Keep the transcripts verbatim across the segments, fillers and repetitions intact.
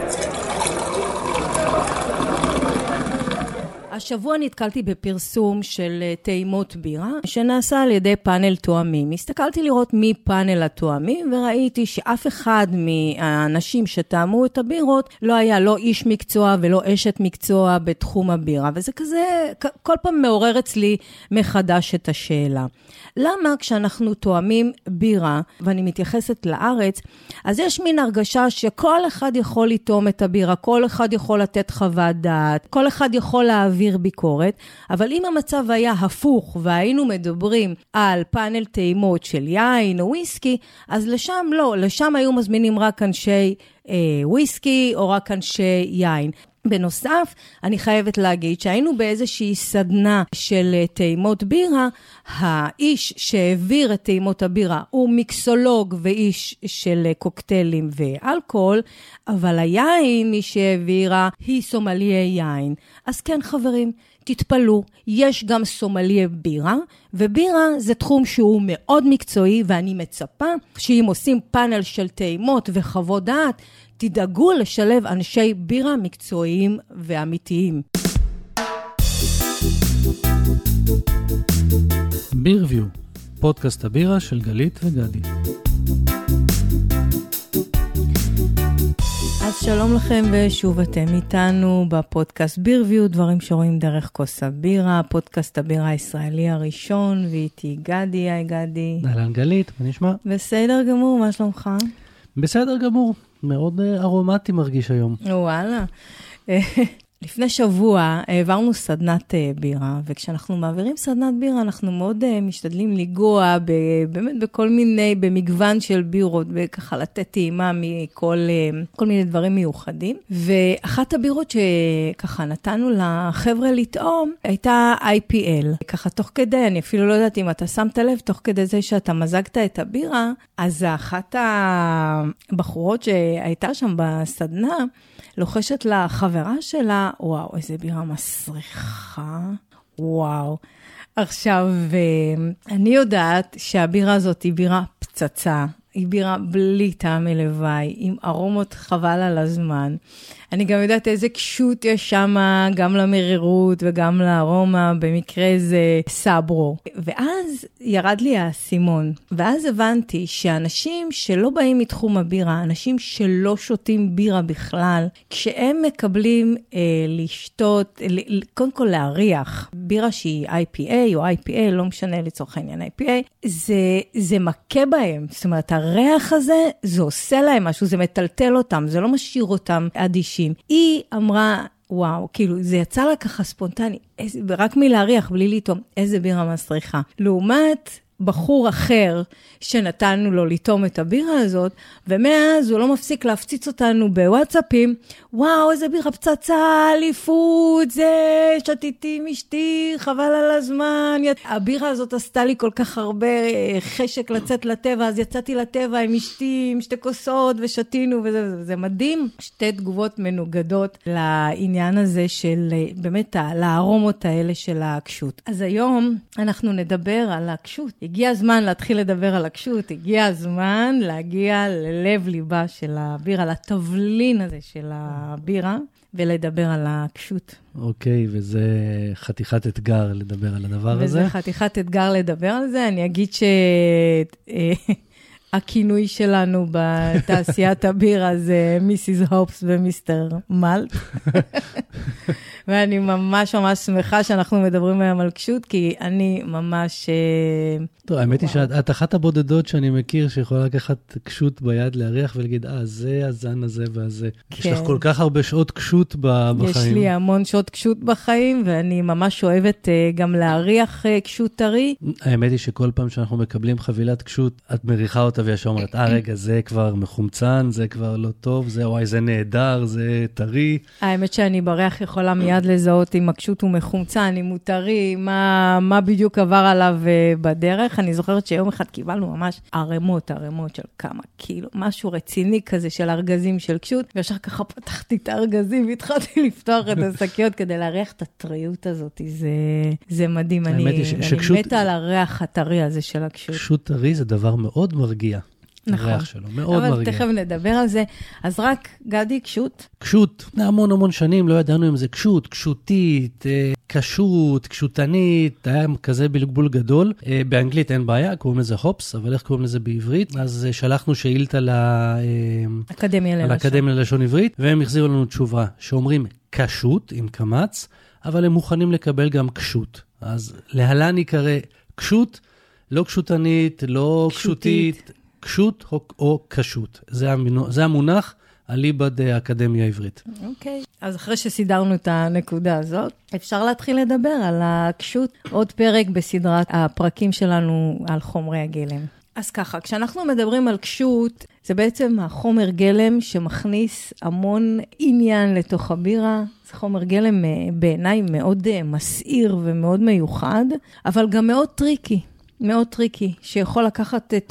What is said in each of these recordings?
השבוע נתקלתי בפרסום של טעימות בירה, שנעשה על ידי פאנל תואמים. הסתכלתי לראות מי פאנל התואמים, וראיתי שאף אחד מהאנשים שטעמו את הבירות, לא היה לא איש מקצוע ולא אשת מקצוע בתחום הבירה. וזה כזה, כל פעם מעורר אצלי מחדש את השאלה. למה כשאנחנו תואמים בירה, ואני מתייחסת לארץ, אז יש מין הרגשה שכל אחד יכול לטעום את הבירה, כל אחד יכול לתת חוות דעת, כל אחד יכול להעביר ביקורת, אבל אם המצב היה הפוך, והיינו מדברים על פאנל טעימות של יין או וויסקי, אז לשם לא, לשם היו מזמינים רק אנשי אה, וויסקי או רק אנשי יין. בנוסף, אני חייבת להגיד שהיינו באיזושהי סדנה של טעימות בירה, האיש שהעביר את טעימות הבירה הוא מיקסולוג ואיש של קוקטיילים ואלכוהול, אבל היין, מי שהעבירה, היא סומליה יין. אז כן חברים, תתפלו, יש גם סומליה בירה, ובירה זה תחום שהוא מאוד מקצועי, ואני מצפה שאם עושים פאנל של טעימות וחוות דעת, תדאגו לשלב אנשי בירה מקצועיים ואמיתיים. בירביו, פודקאסט הבירה של גלית וגדי. אז שלום לכם ושוב אתם איתנו בפודקאסט בירביו, דברים שרואים דרך כוס הבירה, פודקאסט הבירה הישראלי הראשון, ואיתי גדי, היי גדי. אהלן גלית, מה נשמע? בסדר גמור, מה שלומך? בסדר גמור, מאוד ארומטי מרגיש היום. וואלה. לפני שבוע העברנו סדנת בירה, וכשאנחנו מעבירים סדנת בירה, אנחנו מאוד משתדלים לגוע באמת בכל מיני, במגוון של בירות, וככה לתת טעימה מכל כל מיני דברים מיוחדים. ואחת הבירות שככה נתנו לחבר'ה לטעום, הייתה איי פי אל. ככה תוך כדי, אני אפילו לא יודעת אם אתה שמת לב, תוך כדי זה שאתה מזגת את הבירה, אז אחת הבחורות שהייתה שם בסדנה, לוחשת לחברה שלה, וואו, איזה בירה מסריחה, וואו. עכשיו, אני יודעת שהבירה הזאת היא בירה פצצה, היא בירה בלי טעם לוואי, עם ארומות חבל על הזמן. אני גם יודעת איזה קשות יש שם, גם למרירות וגם לארומה, במקרה זה סברו. ואז ירד לי הסימון, ואז הבנתי שאנשים שלא באים מתחום הבירה, אנשים שלא שותים בירה בכלל, כשהם מקבלים אה, לשתות, ל- קודם כל להריח, בירה שהיא איי פי איי או איי פי אל, לא משנה לצורך העניין איי פי איי, זה, זה מכה בהם. זאת אומרת, הריח הזה, זה עושה להם משהו, זה מטלטל אותם, זה לא משאיר אותם אדישים. היא אמרה, וואו, כאילו, זה יצא לה ככה ספונטני, איזה, רק מלהריח, בלי לטעום, איזה בירה מסריחה. לעומת בחור אחר שנתנו לו לטעום את הבירה הזאת, ומאז הוא לא מפסיק להפציץ אותנו בוואטסאפים, וואו, איזה בירה פצצה, אליפות, זה, שתיתי משתי, חבל על הזמן. הבירה הזאת עשתה לי כל כך הרבה חשק לצאת לטבע, אז יצאתי לטבע עם משתי, עם שתי כוסות, ושתינו, וזה זה מדהים. שתי תגובות מנוגדות לעניין הזה של, באמת, לארומות האלה של הקשות. אז היום אנחנו נדבר על הקשות. הגיע הזמן להתחיל לדבר על הקשות, הגיע הזמן להגיע ללב ליבה של הבירה, לתבלין הזה של הבירה, ולדבר על הקשות. אוקיי, וזה חתיכת אתגר לדבר על הדבר הזה. וזה חתיכת אתגר לדבר על זה. אני אגיד שהכינוי שלנו בתעשיית הבירה זה מיסיס הופס ומיסטר מלט. ואני ממש ממש שמחה שאנחנו מדברים היום על קשות, כי אני ממש... טוב, האמת היא שאת אחת הבודדות שאני מכיר, שיכולה לקחת קשות ביד להריח ולהגיד, אה, זה הזן הזה והזה. יש לך כל כך הרבה שעות קשות בחיים. יש לי המון שעות קשות בחיים, ואני ממש אוהבת גם להריח קשות טרי. האמת היא שכל פעם שאנחנו מקבלים חבילת קשות, את מריחה אותה וישר אומרת, אה, רגע, זה כבר מחומצן, זה כבר לא טוב, זה, וואי, זה נהדר, זה טרי. האמת שאני בריח יכולה מיד לזהות אם הקשות הוא מחומצן, אם הוא טרי, מה, מה בדיוק עבר עליו בדרך. אני זוכרת שיום אחד קיבלנו ממש ערמות, ערמות של כמה קילו, משהו רציני כזה של ארגזים של קשות, וישר ככה פתחתי את הארגזים, והתחלתי לפתוח את השקיות כדי להריח את הטריות הזאת. זה, זה מדהים. אני, אני מתה על הריח הטרי הזה של הקשות. קשות טרי זה דבר מאוד מרגיע. נכון. הריח שלו, מאוד אבל מרגיע. אבל תכף נדבר על זה. אז רק, גדי, קשות? קשות, המון המון שנים, לא ידענו אם זה קשות, קשותית, קשות, קשותנית, היה כזה בלגבול גדול. באנגלית אין בעיה, קוראים לזה הופס, אבל איך קוראים לזה בעברית? אז שלחנו שאילתה לאקדמיה ללשון עברית, והם החזירו לנו תשובה, שאומרים קשות עם קמץ, אבל הם מוכנים לקבל גם קשות. אז להלן יקרא קשות, לא קשותנית, לא קשותית, קשות או, או קשות. זה, המינוח, זה המונח אליבא דאקדמיה העברית. אוקיי. אז אחרי שסידרנו את הנקודה הזאת, אפשר להתחיל לדבר על הקשות. עוד פרק בסדרת הפרקים שלנו על חומרי הגלם. אז ככה, כשאנחנו מדברים על קשות, זה בעצם החומר גלם שמכניס המון עניין לתוך הבירה. זה חומר גלם בעיניי מאוד מסעיר ומאוד מיוחד, אבל גם מאוד טריקי. מאוד טריקי, שיכול לקחת את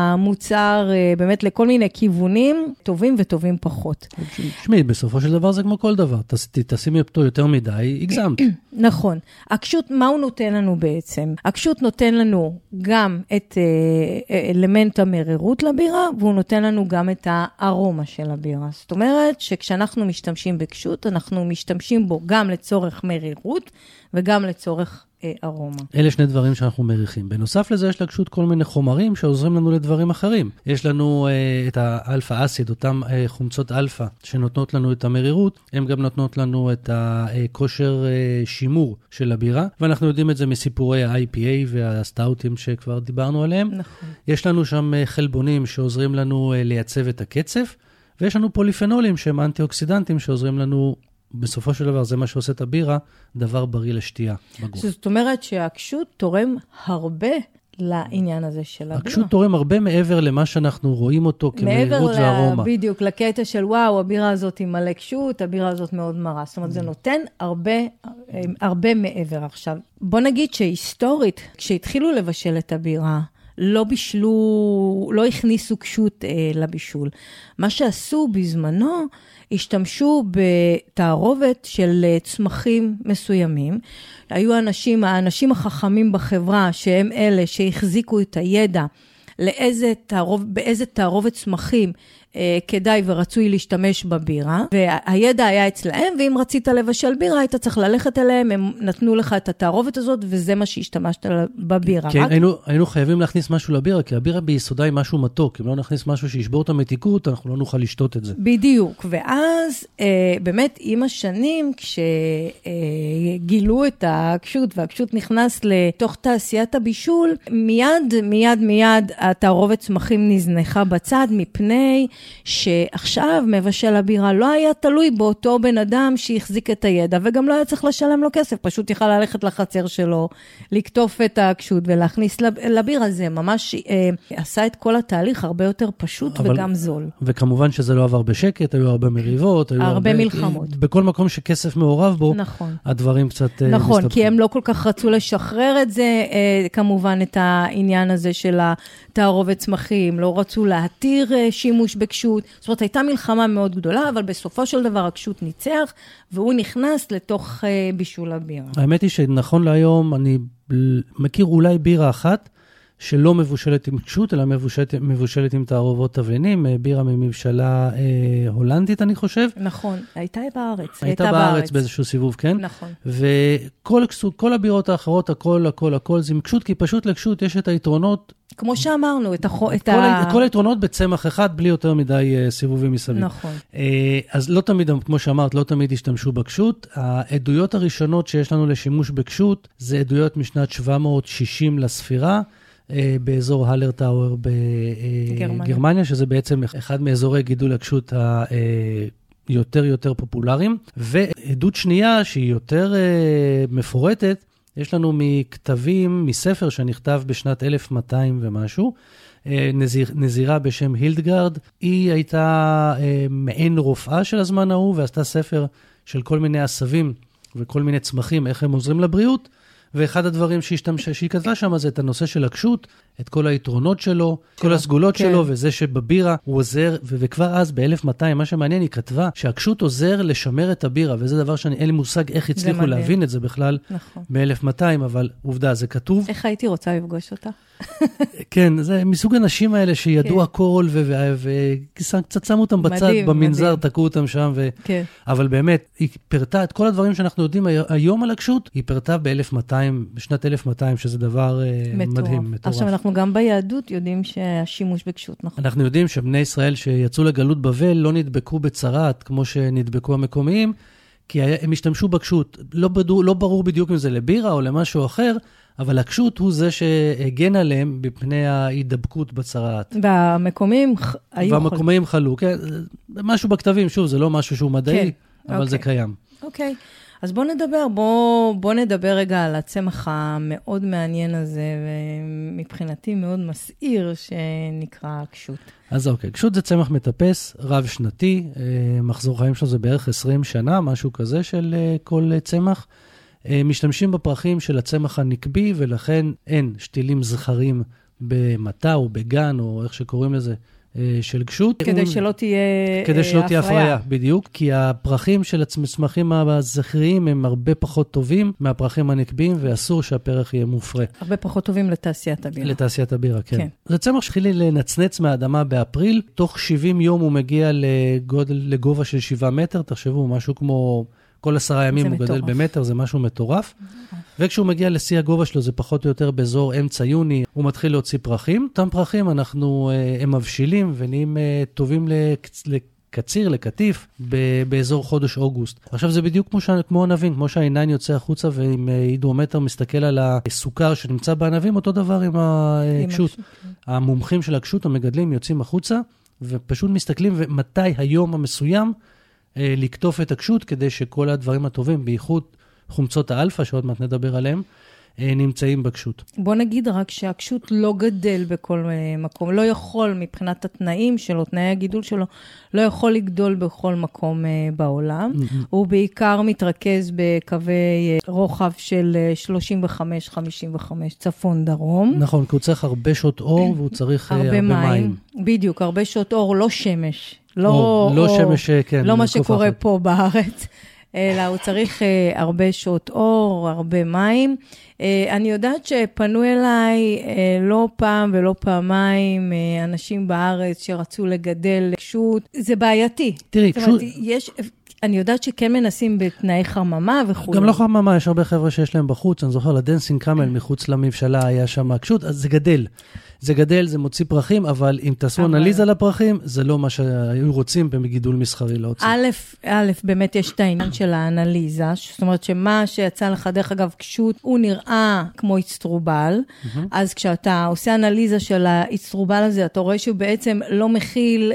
המוצר באמת לכל מיני כיוונים, טובים וטובים פחות. שמי, בסופו של דבר זה כמו כל דבר. תשימי אותו יותר מדי, הגזמת. נכון. הקשות, מה הוא נותן לנו בעצם? הקשות נותן לנו גם את אלמנט המרירות לבירה, והוא נותן לנו גם את הארומה של הבירה. זאת אומרת שכשאנחנו משתמשים בקשות, אנחנו משתמשים בו גם לצורך מרירות, וגם לצורך ארומה. אלה שני דברים שאנחנו מריחים. בנוסף לזה יש לקשות כל מיני חומרים שעוזרים לנו לדברים אחרים. יש לנו uh, את האלפא אסיד, אותם uh, חומצות אלפא שנותנות לנו את המרירות, הן גם נותנות לנו את הכושר uh, שימור של הבירה, ואנחנו יודעים את זה מסיפורי ה-איי פי איי והסטאוטים שכבר דיברנו עליהם. נכון. יש לנו שם uh, חלבונים שעוזרים לנו uh, לייצב את הקצף, ויש לנו פוליפנולים שהם אנטי-אוקסידנטים שעוזרים לנו בסופו של דבר, זה מה שעושה את הבירה, דבר בריא לשתייה בגוף. זאת אומרת שהקשות תורם הרבה לעניין הזה של הבירה. הקשות תורם הרבה מעבר למה שאנחנו רואים אותו כמהירות וארומה. מעבר בדיוק, לקטע של וואו, הבירה הזאת היא מלא קשות, הבירה הזאת מאוד מרה. זאת אומרת, זה נותן הרבה, הרבה מעבר עכשיו. בוא נגיד שהיסטורית, כשהתחילו לבשל את הבירה, לא בישלו, לא הכניסו קשות אה, לבישול. מה שעשו בזמנו, השתמשו בתערובת של צמחים מסוימים. היו אנשים, האנשים החכמים בחברה, שהם אלה שהחזיקו את הידע, לאיזה תערוב, באיזה תערובת צמחים אה, כדאי ורצוי להשתמש בבירה, והידע היה אצלהם, ואם רצית לבשל בירה, היית צריך ללכת אליהם, הם נתנו לך את התערובת הזאת, וזה מה שהשתמשת בבירה. כן, רק... היינו, היינו חייבים להכניס משהו לבירה, כי הבירה ביסודה היא משהו מתוק, אם לא נכניס משהו שישבור את המתיקות, אנחנו לא נוכל לשתות את זה. בדיוק, ואז אה, באמת עם השנים, כשגילו אה, את הקשות, והקשות נכנס לתוך תעשיית הבישול, מיד, מיד, מיד, התערובת צמחים נזנחה בצד, מפני שעכשיו מבשל הבירה לא היה תלוי באותו בן אדם שהחזיק את הידע, וגם לא היה צריך לשלם לו כסף, פשוט יכל ללכת לחצר שלו, לקטוף את הקשות ולהכניס לבירה. זה ממש אה, עשה את כל התהליך הרבה יותר פשוט אבל, וגם זול. וכמובן שזה לא עבר בשקט, היו הרבה מריבות, היו הרבה, הרבה מלחמות. בכל מקום שכסף מעורב בו, נכון. הדברים קצת נכון, מסתבכים. כי הם לא כל כך רצו לשחרר את זה, אה, כמובן את העניין הזה של התערובת צמחים, לא רצו להתיר אה, שימוש בקשות, זאת אומרת, הייתה מלחמה מאוד גדולה, אבל בסופו של דבר הקשות ניצח, והוא נכנס לתוך אה, בישול הבירה. האמת היא שנכון להיום, אני מכיר אולי בירה אחת, שלא מבושלת עם קשות, אלא מבושלת, מבושלת עם תערובות תבלינים, בירה ממבשלה אה, הולנדית, אני חושב. נכון, הייתה בארץ. הייתה, הייתה בארץ, בארץ באיזשהו סיבוב, כן? נכון. וכל כל הבירות האחרות, הכל, הכל, הכל, זה עם קשות, כי פשוט לקשות יש את היתרונות. כמו שאמרנו, את, החו, את כל, ה... כל היתרונות בצמח אחד, בלי יותר מדי uh, סיבובים מסביב. נכון. Uh, אז לא תמיד, כמו שאמרת, לא תמיד השתמשו בקשות. העדויות הראשונות שיש לנו לשימוש בקשות, זה עדויות משנת שבע מאות שישים לספירה, באזור הלרטאואר בגרמניה, שזה בעצם אחד מאזורי גידול הקשות היותר יותר פופולריים. ועדות שנייה שהיא יותר מפורטת, יש לנו מכתבים, מספר שנכתב בשנת אלף מאתיים ומשהו, נזיר, נזירה בשם הילדגרד. היא הייתה מעין רופאה של הזמן ההוא, ועשתה ספר של כל מיני עשבים וכל מיני צמחים, איך הם עוזרים לבריאות. ואחד הדברים שהשתמשה, שהיא כתבה שם, זה את הנושא של הקשות, את כל היתרונות שלו, כל הסגולות כן. שלו, וזה שבבירה הוא עוזר, ו- וכבר אז ב-אלף מאתיים, מה שמעניין, היא כתבה שהקשות עוזר לשמר את הבירה, וזה דבר שאני, אין לי מושג איך הצליחו להבין את זה בכלל נכון. ב-אלף מאתיים, אבל עובדה, זה כתוב. איך הייתי רוצה לפגוש אותה? כן, זה מסוג אנשים האלה שידעו כן. הכל, וקצת שמו אותם בצד, מדהים, במנזר, מדהים. תקעו אותם שם, ו... כן. אבל באמת, היא פרטה את כל הדברים שאנחנו יודעים היום על הקשות, היא פרטה ב-אלף מאתיים, בשנת אלף מאתיים, שזה דבר מטורף. מדהים, מטורף. עכשיו, אנחנו גם ביהדות יודעים שהשימוש בקשות, נכון? אנחנו יודעים שבני ישראל שיצאו לגלות בבל לא נדבקו בצרת, כמו שנדבקו המקומיים, כי הם השתמשו בקשות. לא, בדור, לא ברור בדיוק אם זה לבירה או למשהו אחר, אבל הקשות הוא זה שהגן עליהם בפני ההידבקות בצרת. והמקומיים היו... והמקומיים חלו, כן? משהו בכתבים, שוב, זה לא משהו שהוא מדעי, כן, אבל אוקיי. זה קיים. אוקיי. אז בוא נדבר, בוא, בוא נדבר רגע על הצמח המאוד מעניין הזה, ומבחינתי מאוד מסעיר שנקרא קשות. אז אוקיי, קשות זה צמח מטפס, רב שנתי, מחזור חיים שלו זה בערך עשרים שנה, משהו כזה של כל צמח. משתמשים בפרחים של הצמח הנקבי, ולכן אין שתילים זכרים במטה או בגן, או איך שקוראים לזה, של קשות. כדי שלא תהיה כדי שלא תהיה הפריה, בדיוק. כי הפרחים של הצמחים הזכריים הם הרבה פחות טובים מהפרחים הנקביים, ואסור שהפרח יהיה מופרה. הרבה פחות טובים לתעשיית הבירה. לתעשיית הבירה, כן. כן. זה צמח שחילי לנצנץ מהאדמה באפריל. תוך שבעים יום הוא מגיע לגודל, לגובה של שבעה מטר. תחשבו, משהו כמו... כל עשרה ימים הוא גדל במטר, זה משהו מטורף. וכשהוא מגיע לשיא הגובה שלו, זה פחות או יותר באזור אמצע יוני, הוא מתחיל להוציא פרחים. אותם פרחים אנחנו, הם מבשילים ונהיים טובים לקציר, לקטיף, באזור חודש אוגוסט. עכשיו זה בדיוק כמו, כמו ענבים, כמו שהעיניים יוצא החוצה, ועם הידרומטר מסתכל על הסוכר שנמצא בענבים, אותו דבר עם הקשות. המומחים של הקשות, המגדלים, יוצאים החוצה, ופשוט מסתכלים ומתי היום המסוים, לקטוף את הקשות, כדי שכל הדברים הטובים, בייחוד חומצות האלפא, שעוד מעט נדבר עליהם, נמצאים בקשות. בוא נגיד רק שהקשות לא גדל בכל מקום, לא יכול מבחינת התנאים שלו, תנאי הגידול שלו, לא יכול לגדול בכל מקום בעולם. הוא בעיקר מתרכז בקווי רוחב של שלושים וחמש חמישים וחמש צפון דרום. נכון, כי הוא צריך הרבה שעות אור, והוא צריך הרבה, הרבה מים. מים. בדיוק, הרבה שעות אור, לא שמש. לא, או, לא או, שמש, כן. לא מה שקורה אחת. פה בארץ, אלא הוא צריך uh, הרבה שעות אור, הרבה מים. Uh, אני יודעת שפנו אליי uh, לא פעם ולא פעמיים uh, אנשים בארץ שרצו לגדל קשות. זה בעייתי. תראי, קשות... אומרת, יש... אני יודעת שכן מנסים בתנאי חממה וכו'. גם לא חממה, יש הרבה חבר'ה שיש להם בחוץ, אני זוכר, לדנסינג קאמל מחוץ למבשלה היה שם קשות, אז זה גדל. זה גדל, זה מוציא פרחים, אבל אם תעשו אבל... אנליזה לפרחים, זה לא מה שהיו רוצים בגידול מסחרי להוציא. א', א', באמת יש את העניין של האנליזה, זאת אומרת שמה שיצא לך דרך אגב קשות, הוא נראה כמו אצטרובל, mm-hmm. אז כשאתה עושה אנליזה של האצטרובל הזה, אתה רואה שהוא בעצם לא מכיל...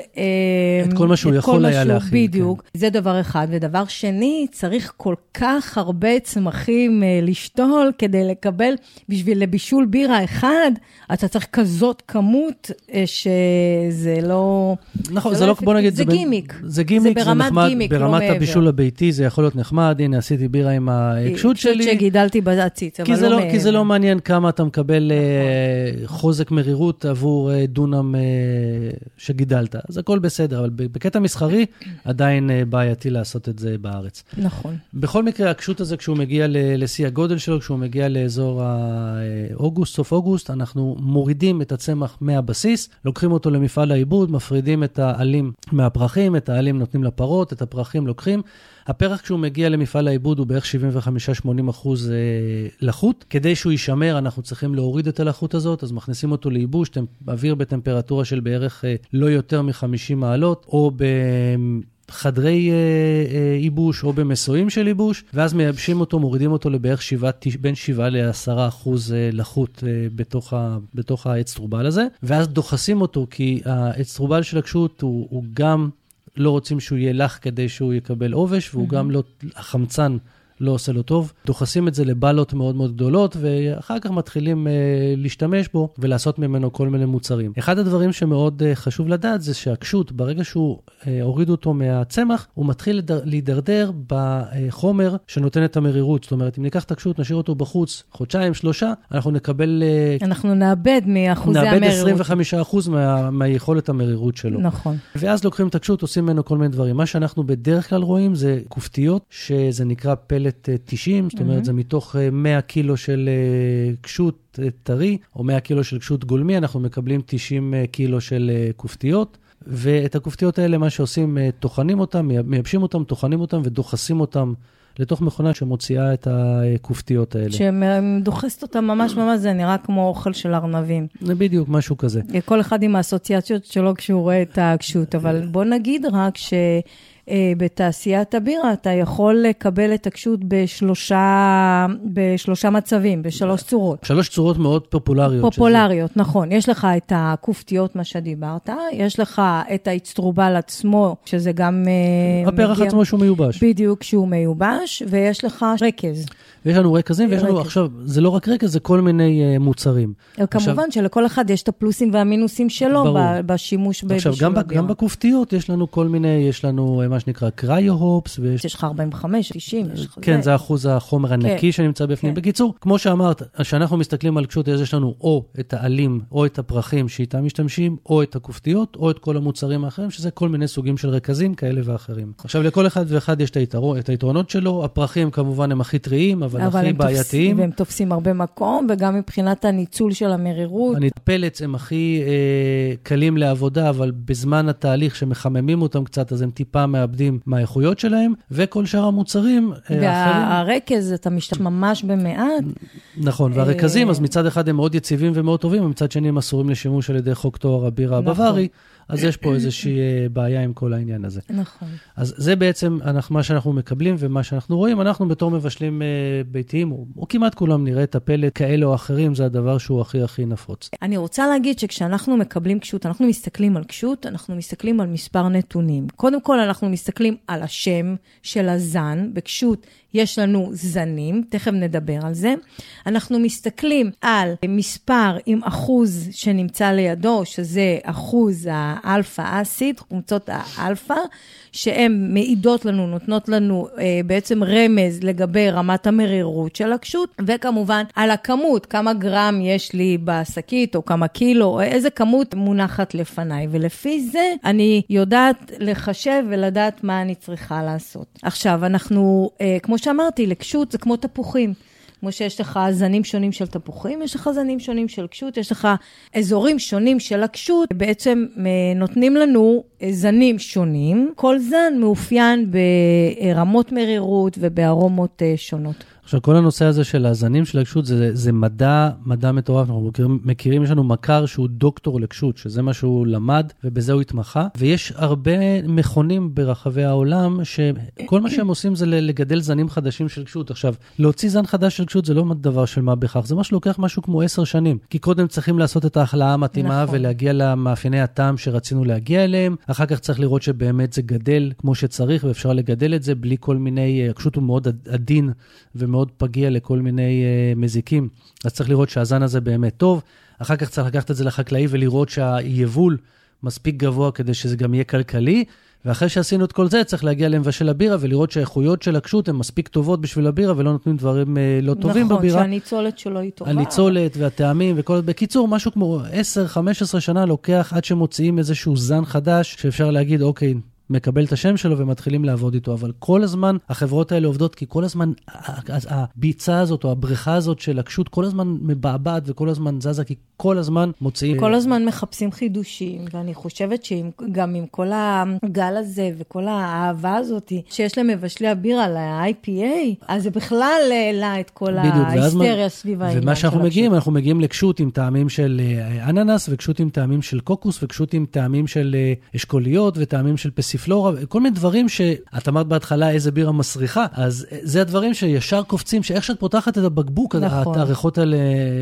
את כל מה שהוא יכול היה להכיל. בדיוק, כן. זה דבר אחד. ודבר שני, צריך כל כך הרבה צמחים לשתול, כדי לקבל, בשביל לבישול בירה אחד, אתה צריך כזאת כמות שזה לא... נכון, זה לא, בוא נגיד, זה גימיק. זה גימיק, זה נחמד, ברמת הבישול הביתי, זה יכול להיות נחמד, הנה, עשיתי בירה עם הקשות שלי. שגידלתי בזציץ, אבל לא מעבר. כי זה לא מעניין כמה אתה מקבל חוזק מרירות עבור דונם שגידלת. אז הכל בסדר, אבל בקטע מסחרי, עדיין בעייתי לעשות את זה בארץ. נכון. בכל מקרה, הקשות הזה, כשהוא מגיע לשיא הגודל שלו, כשהוא מגיע לאזור האוגוסט, סוף אוגוסט, אנחנו מורידים את הצמח מהבסיס, לוקחים אותו למפעל העיבוד, מפרידים את העלים מהפרחים, את העלים נותנים לפרות, את הפרחים לוקחים. הפרח כשהוא מגיע למפעל העיבוד הוא בערך שבעים וחמש שמונים אחוז אה, לחות. כדי שהוא יישמר, אנחנו צריכים להוריד את הלחות הזאת, אז מכניסים אותו לייבוש, אוויר בטמפרטורה של בערך אה, לא יותר מ-חמישים מעלות, או ב... חדרי ייבוש או במסועים של ייבוש, ואז מייבשים אותו, מורידים אותו לבערך שבעה, בין שבעה לעשרה אחוז לחות בתוך, ה, בתוך האצטרובל הזה, ואז דוחסים אותו, כי האצטרובל של הקשות הוא, הוא גם לא רוצים שהוא יהיה לח כדי שהוא יקבל עובש, והוא mm-hmm. גם לא, החמצן לא עושה לו טוב. דוחסים את זה לבלות מאוד מאוד גדולות, ואחר כך מתחילים אה, להשתמש בו ולעשות ממנו כל מיני מוצרים. אחד הדברים שמאוד אה, חשוב לדעת זה שהקשות, ברגע שהוא אה, הוריד אותו מהצמח, הוא מתחיל לדר, להידרדר בחומר שנותן את המרירות. זאת אומרת, אם ניקח את הקשות, נשאיר אותו בחוץ חודשיים, שלושה, אנחנו נקבל... אה, אנחנו נאבד מאחוזי המרירות. נאבד עשרים וחמישה אחוז מה, מהיכולת המרירות שלו. נכון. ואז לוקחים את הקשות, עושים ממנו כל מיני דברים. מה שאנחנו בדרך כלל רואים זה כופתיות, שזה נקרא פלט תשעים, זאת אומרת, זה מתוך מאה קילו של קשות טרי, או מאה קילו של קשות גולמי, אנחנו מקבלים תשעים קילו של כופתיות, ואת הכופתיות האלה, מה שעושים, תוכנים אותם, מייבשים אותם, תוכנים אותם, ודוחסים אותם לתוך מכונה שמוציאה את הכופתיות האלה. שמדוחסת אותם ממש ממש, זה נראה כמו אוכל של ארנבים. זה בדיוק, משהו כזה. כל אחד עם האסוציאציות שלו כשהוא רואה את הקשות, אבל בוא נגיד רק ש... בתעשיית הבירה, אתה יכול לקבל את הקשות בשלושה, בשלושה מצבים, בשלוש צורות. שלוש צורות מאוד פופולריות. פופולריות, שזה... נכון. יש לך את הכופתיות, מה שדיברת, יש לך את האצטרובל עצמו, שזה גם... הפרח מגיע... עצמו שהוא מיובש. בדיוק, שהוא מיובש, ויש לך רקז. ויש לנו רקזים, ויש לנו עכשיו, זה לא רק רקז, זה כל מיני uh, מוצרים. כמובן עכשיו, שלכל אחד יש את הפלוסים והמינוסים שלו ברור. בשימוש בבירה. עכשיו, גם, גם בכופתיות יש לנו כל מיני, יש לנו מה שנקרא קריו-הופס. ויש... יש לך ארבעים וחמש, תשעים, יש לך כן, זה. זה אחוז החומר הנקי כן. שנמצא בפנים. כן. בקיצור, כמו שאמרת, כשאנחנו מסתכלים על קשות, יש לנו או את העלים, או את הפרחים שאיתם משתמשים, או את הכופתיות, או את כל המוצרים האחרים, שזה כל מיני סוגים של רקזים כאלה ואחרים. עכשיו, לכל אחד ואחד יש את היתרונות שלו. הפרחים כמובן הם הכי טריים, אבל, אבל הכי בעייתיים. והם תופסים הרבה מקום, וגם מבחינת הניצול של המרירות. הפלץ הם הכי אה, קלים לעבודה, אבל בזמן התהליך שמחממים אותם קצת, אז הם טיפה מאבדים מהאיכויות שלהם, וכל שאר המוצרים והרקז, אתה משתמש ממש במעט. נכון, והרקזים, אז מצד אחד הם מאוד יציבים ומאוד טובים, ומצד שני הם אסורים לשימוש על ידי חוק תואר הבירה הבווארי, אז יש פה איזושהי בעיה עם כל העניין הזה. נכון. אז זה בעצם מה שאנחנו מקבלים ומה שאנחנו רואים. אנחנו בתור מבשלים ביתיים, או כמעט כולם נראה את הפלט כאלה או אחרים, זה הדבר שהוא הכי הכי נפוץ. אני רוצה להגיד שכשאנחנו מקבלים קשות, אנחנו מסתכלים על קשות, אנחנו מסתכלים על מספר נתונים. קודם כל אנחנו מסתכלים על השם של הזן. בקשות יש לנו זנים, תכף נדבר על זה. אנחנו מסתכלים על מספר עם אחוז שנמצא לידו, שזה אחוז האלפא אסיד, חומצות האלפא, שהן מעידות לנו, נותנות לנו אה, בעצם רמז לגבי רמת המרירות של הקשות, וכמובן על הכמות, כמה גרם יש לי בשקית, או כמה קילו, או איזה כמות מונחת לפניי, ולפי זה אני יודעת לחשב ולדעת מה אני צריכה לעשות. עכשיו, אנחנו, אה, כמו שאמרתי, לקשות זה כמו תפוחים. כמו שיש לך זנים שונים של תפוחים, יש לך זנים שונים של קשות, יש לך אזורים שונים של הקשות, בעצם נותנים לנו זנים שונים. כל זן מאופיין ברמות מרירות ובארומות שונות. עכשיו, כל הנושא הזה של הזנים של הקשות, זה, זה מדע, מדע מטורף. אנחנו מכירים, מכירים, יש לנו מכר שהוא דוקטור לקשות, שזה מה שהוא למד, ובזה הוא התמחה. ויש הרבה מכונים ברחבי העולם, שכל מה שהם עושים זה לגדל זנים חדשים של קשות. עכשיו, להוציא זן חדש של קשות, זה לא דבר של מה בכך, זה מה שלוקח משהו כמו עשר שנים. כי קודם צריכים לעשות את ההחלאה המתאימה, נכון. ולהגיע למאפייני הטעם שרצינו להגיע אליהם. אחר כך צריך לראות שבאמת זה גדל כמו שצריך, ואפשר לגדל את זה בלי כל מיני, הקשות הוא מאוד עדין ומאוד פגיע לכל מיני uh, מזיקים, אז צריך לראות שהזן הזה באמת טוב, אחר כך צריך לקחת את זה לחקלאי ולראות שהיבול מספיק גבוה כדי שזה גם יהיה כלכלי, ואחרי שעשינו את כל זה צריך להגיע למבשל הבירה ולראות שהאיכויות של הקשות הן מספיק טובות בשביל הבירה ולא נותנים דברים uh, לא טובים נכון, בבירה. נכון, שהניצולת שלו היא טובה. הניצולת והטעמים וכל... בקיצור, משהו כמו עשר חמש עשרה שנה לוקח עד שמוציאים איזשהו זן חדש שאפשר להגיד, אוקיי, מקבל את השם שלו ומתחילים לעבוד איתו, אבל כל הזמן החברות האלה עובדות, כי כל הזמן הביצה הזאת או הבריכה הזאת של הקשות כל הזמן מבעבעת וכל הזמן זזה, כי כל הזמן מוציאים... כל הזמן מחפשים חידושים, ואני חושבת שגם עם כל הגל הזה וכל האהבה הזאת שיש למבשלי הבירה ל-איי פי איי, אז זה בכלל העלה את כל ההיסטריה סביב העניין של הקשות. ומה שאנחנו מגיעים, אנחנו מגיעים לקשות עם טעמים של אננס, וקשות עם טעמים של קוקוס, וקשות עם טעמים של אשכוליות, וטעמים של פסיפלורה, כל מיני דברים שאת אמרת בהתחלה איזה בירה מסריחה, אז זה הדברים שישר קופצים, שאיך שאת פותחת את הבקבוק, נכון. הריחות האלה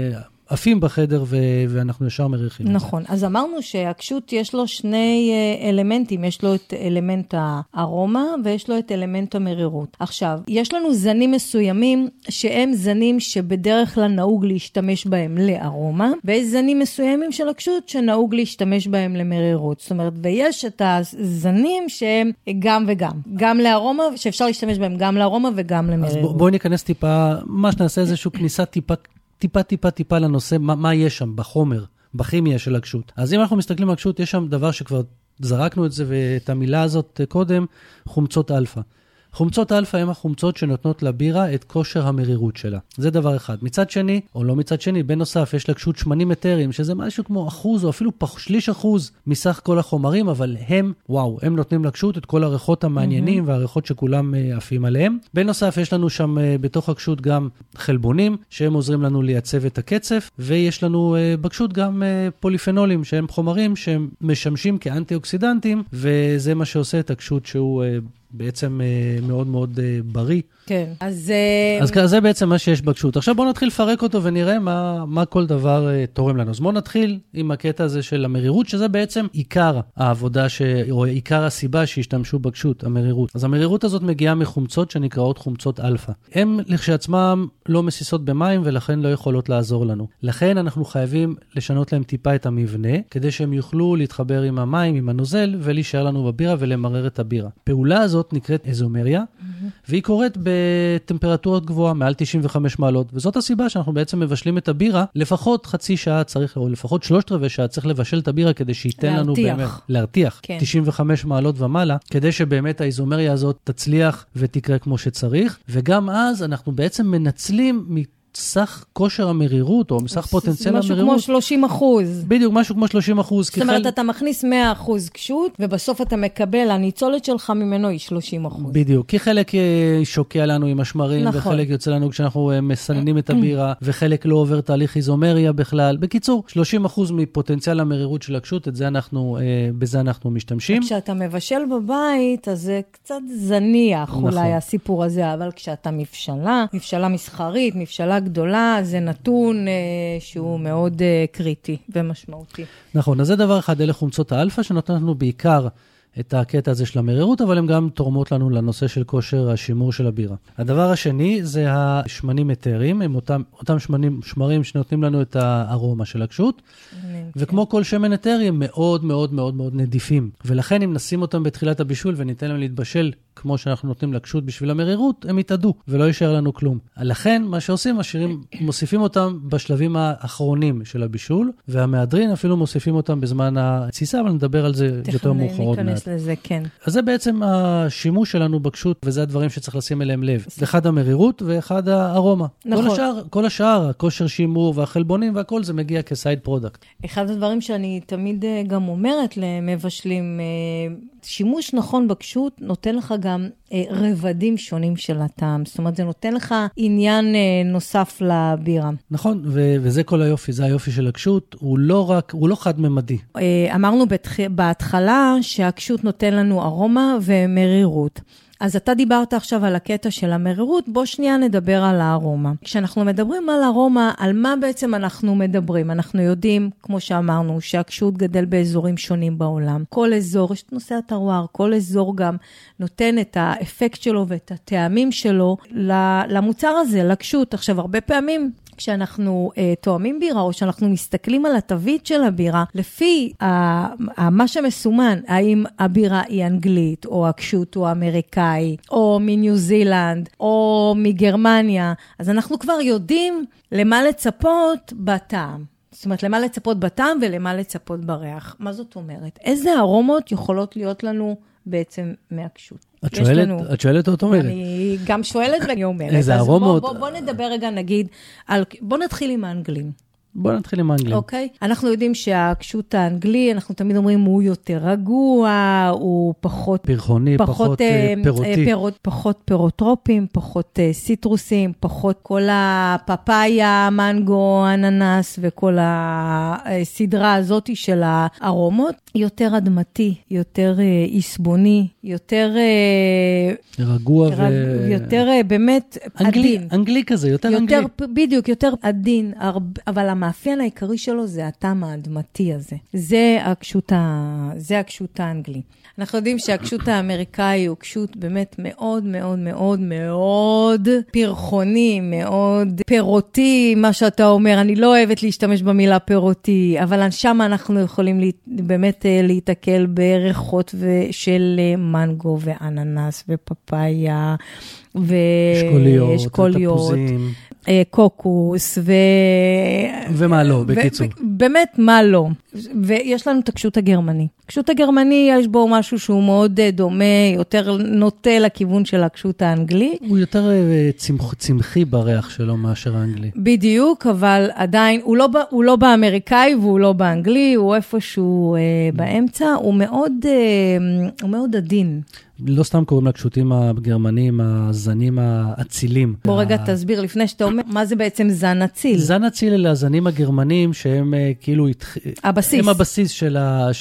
עפים בחדר ו- ואנחנו ישר מריחים. נכון, אז אמרנו שהקשות יש לו שני אלמנטים, יש לו את אלמנט הארומה ויש לו את אלמנט המרירות. עכשיו, יש לנו זנים מסוימים שהם זנים שבדרך כלל נהוג להשתמש בהם לארומה, ויש זנים מסוימים של הקשות שנהוג להשתמש בהם למרירות. זאת אומרת, ויש את הזנים שהם גם וגם, גם לארומה, שאפשר להשתמש בהם גם לארומה וגם למרירות. אז בוא, בואי ניכנס טיפה, מה שנעשה איזשהו כניסה טיפה, טיפה, טיפה, טיפה לנושא, מה, מה יש שם בחומר, בכימיה של הקשות. אז אם אנחנו מסתכלים על הקשות, יש שם דבר שכבר זרקנו את זה, ואת המילה הזאת קודם, חומצות אלפא. חומצות אלפא הם החומצות שנותנות לבירה את כושר המרירות שלה. זה דבר אחד. מצד שני, או לא מצד שני, בנוסף, יש לקשות שמנים אתרים, שזה משהו כמו אחוז, או אפילו פח, שליש אחוז מסך כל החומרים, אבל הם, וואו, הם נותנים לקשות את כל הריחות המעניינים, mm-hmm. והריחות שכולם uh, עפים עליהם. בנוסף, יש לנו שם uh, בתוך הקשות גם חלבונים, שהם עוזרים לנו לייצב את הקצף, ויש לנו uh, בקשות גם uh, פוליפנולים, שהם חומרים שהם משמשים כאנטי-אוקסידנטים, וזה מה שעושה את הקשות שהוא... Uh, בעצם uh, מאוד מאוד uh, בריא. כן. אז... אז uh... זה בעצם מה שיש בקשות. עכשיו בואו נתחיל לפרק אותו ונראה מה, מה כל דבר uh, תורם לנו. אז בואו נתחיל עם הקטע הזה של המרירות, שזה בעצם עיקר העבודה, ש... או עיקר הסיבה שהשתמשו בקשות, המרירות. אז המרירות הזאת מגיעה מחומצות שנקראות חומצות אלפא. הן לכשעצמם לא מסיסות במים ולכן לא יכולות לעזור לנו. לכן אנחנו חייבים לשנות להם טיפה את המבנה, כדי שהם יוכלו להתחבר עם המים, עם הנוזל, ולהישאר לנו בבירה ולמרר את הבירה. פעולה הזאת נקראת איזומריה, mm-hmm. והיא קורית בטמפרטורות גבוהה, מעל תשעים וחמש מעלות, וזאת הסיבה שאנחנו בעצם מבשלים את הבירה, לפחות חצי שעה צריך, או לפחות שלושת רבעי שעה צריך לבשל את הבירה, כדי שייתן לנו באמת, להרתיח, כן. תשעים וחמש מעלות ומעלה, כדי שבאמת האיזומריה הזאת תצליח ותקרה כמו שצריך, וגם אז אנחנו בעצם מנצלים מסך כושר המרירות, או מסך פוטנציאל המרירות. משהו כמו שלושים אחוז. בדיוק, משהו כמו שלושים אחוז. זאת אומרת, אתה מכניס מאה אחוז קשות, ובסוף אתה מקבל, הניצולת שלך ממנו היא שלושים אחוז. בדיוק, כי חלק שוקע לנו עם השמרים, וחלק יוצא לנו כשאנחנו מסננים את הבירה, וחלק לא עובר תהליך איזומריה בכלל. בקיצור, שלושים אחוז מפוטנציאל המרירות של הקשות, את זה אנחנו, בזה אנחנו משתמשים. כשאתה מבשל בבית, אז זה קצת זניח, אולי הסיפור הזה, אבל כשאתה מבשלה, מבשלה מסחרית, מבשלה גדולה, זה נתון אה, שהוא מאוד אה, קריטי ומשמעותי. נכון, אז זה דבר אחד, אלה חומצות האלפא, שנותנות לנו בעיקר את הקטע הזה של המרירות, אבל הן גם תורמות לנו לנושא של כושר השימור של הבירה. הדבר השני זה השמנים אתרים, הם אותם, אותם שמנים, שמרים שנותנים לנו את הארומה של הקשות, וכמו כל שמן אתרי הם מאוד מאוד מאוד מאוד נדיפים, ולכן אם נשים אותם בתחילת הבישול וניתן להם להתבשל כמו שאנחנו נותנים לקשות בשביל המרירות, הם יתעדו ולא יישאר לנו כלום. לכן מה שעושים, משאירים, מוסיפים אותם בשלבים האחרונים של הבישול, והמהדרין אפילו מוסיפים אותם בזמן התסיסה, אבל נדבר על זה יותר מאוחר עוד מעט. ניכנס לזה, כן. אז זה בעצם השימוש שלנו בקשות, וזה הדברים שצריך לשים אליהם לב. אחד המרירות ואחד הארומה. נכון. כל השאר, כל השאר, הכושר שימור והחלבונים והכל, זה מגיע כסייד פרודקט. אחד הדברים שאני תמיד גם אומרת למבשלים, שימוש נכון בקשות נותן לך גם אה, רבדים שונים של הטעם. זאת אומרת, זה נותן לך עניין אה, נוסף לבירה. נכון, ו- וזה כל היופי, זה היופי של הקשות. הוא לא רק, הוא לא חד-ממדי. אה, אמרנו בתח... בהתחלה שהקשות נותן לנו ארומה ומרירות. אז אתה דיברת עכשיו על הקטע של המרירות, בוא שנייה נדבר על הארומה. כשאנחנו מדברים על ארומה, על מה בעצם אנחנו מדברים? אנחנו יודעים, כמו שאמרנו, שהקשות גדל באזורים שונים בעולם. כל אזור, יש את נושא הטרואר, כל אזור גם נותן את האפקט שלו ואת הטעמים שלו למוצר הזה, לקשות. עכשיו, הרבה פעמים כשאנחנו אה, תואמים בירה, או שאנחנו מסתכלים על התווית של הבירה, לפי אה, מה שמסומן, האם הבירה היא אנגלית, או הקשות, או אמריקאי, או מניו זילנד, או מגרמניה, אז אנחנו כבר יודעים למה לצפות בטעם. זאת אומרת, למה לצפות בטעם ולמה לצפות בריח. מה זאת אומרת? איזה ארומות יכולות להיות לנו בעצם מהקשות? את שואלת, את שואלת או את אומרת? אני גם שואלת ואני אומרת. איזה ארומות? בוא, בוא, בוא נדבר רגע, נגיד, על, בוא נתחיל עם האנגלים. בוא נתחיל עם האנגלים. אוקיי? אנחנו יודעים שהקשות האנגלי, אנחנו תמיד אומרים, הוא יותר רגוע, הוא פחות... פרחוני, פחות, פחות אה, פירותי. פירות, פחות פירוטרופים, פחות אה, סיטרוסים, פחות כל הפפאיה, מנגו, אננס, וכל הסדרה הזאת של הארומות. יותר אדמתי, יותר אה, עסבוני, יותר... אה, רגוע ו... יותר אה, באמת אנגלי, עדין. אנגלי כזה, יותר, יותר אנגלי. בדיוק, יותר עדין, הרבה, אבל המאפיין העיקרי שלו זה הטעם האדמתי הזה. זה הקשות, ה... זה הקשות האנגלי. אנחנו יודעים שהקשות האמריקאי הוא קשות באמת מאוד מאוד מאוד מאוד פרחוני, מאוד פירותי, מה שאתה אומר. אני לא אוהבת להשתמש במילה פירותי, אבל שם אנחנו יכולים לה... באמת להתקל בריחות של מנגו ואננס ופפאיה ואשכוליות, תפוזים. קוקוס ו... ומה לא, בקיצור. ו... באמת מה לא. ויש לנו את הקשות הגרמני. הקשות הגרמני יש בו משהו שהוא מאוד דומה, יותר נוטה לכיוון של הקשות האנגלי. הוא יותר צמח, צמחי בריח שלו מאשר האנגלי. בדיוק, אבל עדיין, הוא לא, הוא לא באמריקאי והוא לא באנגלי, הוא איפשהו אה, באמצע, הוא מאוד, אה, הוא מאוד עדין. לא סתם קוראים לקשותים הגרמנים, הזנים האצילים. בוא רגע תסביר לפני שאתה אומר, מה זה בעצם זן אציל? זן אציל אלה הזנים הגרמנים שהם כאילו... הבסיס. הם הבסיס של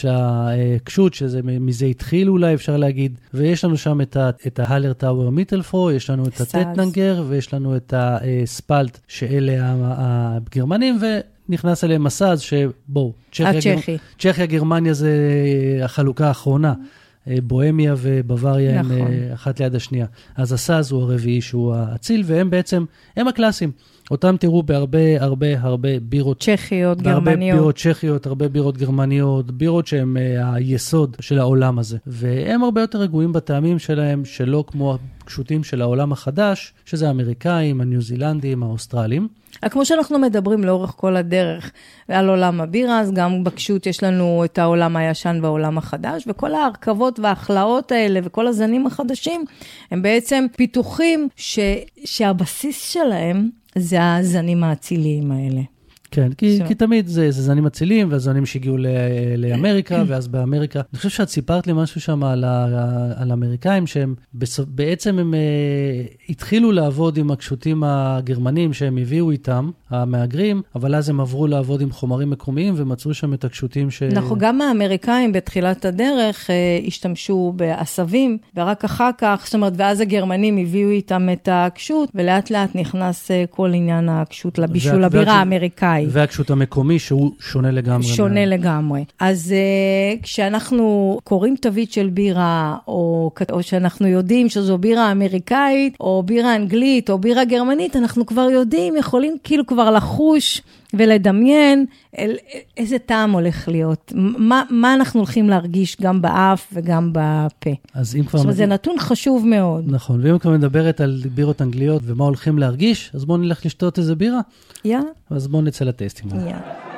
הקשות, שמזה התחיל אולי אפשר להגיד. ויש לנו שם את ההלר טאואר מיטלפרו, יש לנו את הטטנגר, ויש לנו את הספלט, שאלה הגרמנים, ונכנס אליהם הסאז שבואו, צ'כיה גרמניה זה החלוקה האחרונה. בוהמיה ובוואריה נכון. הם אחת ליד השנייה. אז הסאז הוא הרביעי שהוא האציל, והם בעצם, הם הקלאסים. אותם תראו בהרבה, הרבה, הרבה בירות... צ'כיות, בהרבה גרמניות. בירות צ'כיות, הרבה בירות גרמניות, בירות שהם uh, היסוד של העולם הזה. והם הרבה יותר רגועים בטעמים שלהם, שלא כמו הקשותים של העולם החדש, שזה האמריקאים, הניו-זילנדים, האוסטרלים. כמו שאנחנו מדברים לאורך כל הדרך על עולם הבירה, אז גם בקשות יש לנו את העולם הישן והעולם החדש, וכל ההרכבות וההכלאות האלה וכל הזנים החדשים, הם בעצם פיתוחים ש... שהבסיס שלהם זה הזנים האציליים האלה. כן, כי, כי תמיד זה, זה זנים אצילים, והזנים שהגיעו ל, לאמריקה, ואז באמריקה. אני חושב שאת סיפרת לי משהו שם על, ה, על האמריקאים, שהם בעצם הם uh, התחילו לעבוד עם הקשותים הגרמנים, שהם הביאו איתם, המאגרים, אבל אז הם עברו לעבוד עם חומרים מקומיים, ומצאו שם את הקשותים ש... נכון, גם האמריקאים בתחילת הדרך uh, השתמשו בעשבים, ורק אחר כך, זאת אומרת, ואז הגרמנים הביאו איתם את הקשות, ולאט לאט נכנס uh, כל עניין הקשות לבישול הבירה האמריקאי. והקשות המקומי שהוא שונה לגמרי. שונה מה... לגמרי. אז uh, כשאנחנו קוראים תווית של בירה, או, או שאנחנו יודעים שזו בירה אמריקאית, או בירה אנגלית, או בירה גרמנית, אנחנו כבר יודעים, יכולים כאילו כבר לחוש ולדמיין אל, איזה טעם הולך להיות. מה, מה אנחנו הולכים להרגיש גם באף וגם בפה. אז אם כבר... זאת אומרת, זה נתון חשוב מאוד. נכון, ואם כבר מדברת על בירות אנגליות ומה הולכים להרגיש, אז בואו נלך לשתות איזה בירה. יא. Yeah. אז בואו נצא לטסטינג. יא. Yeah.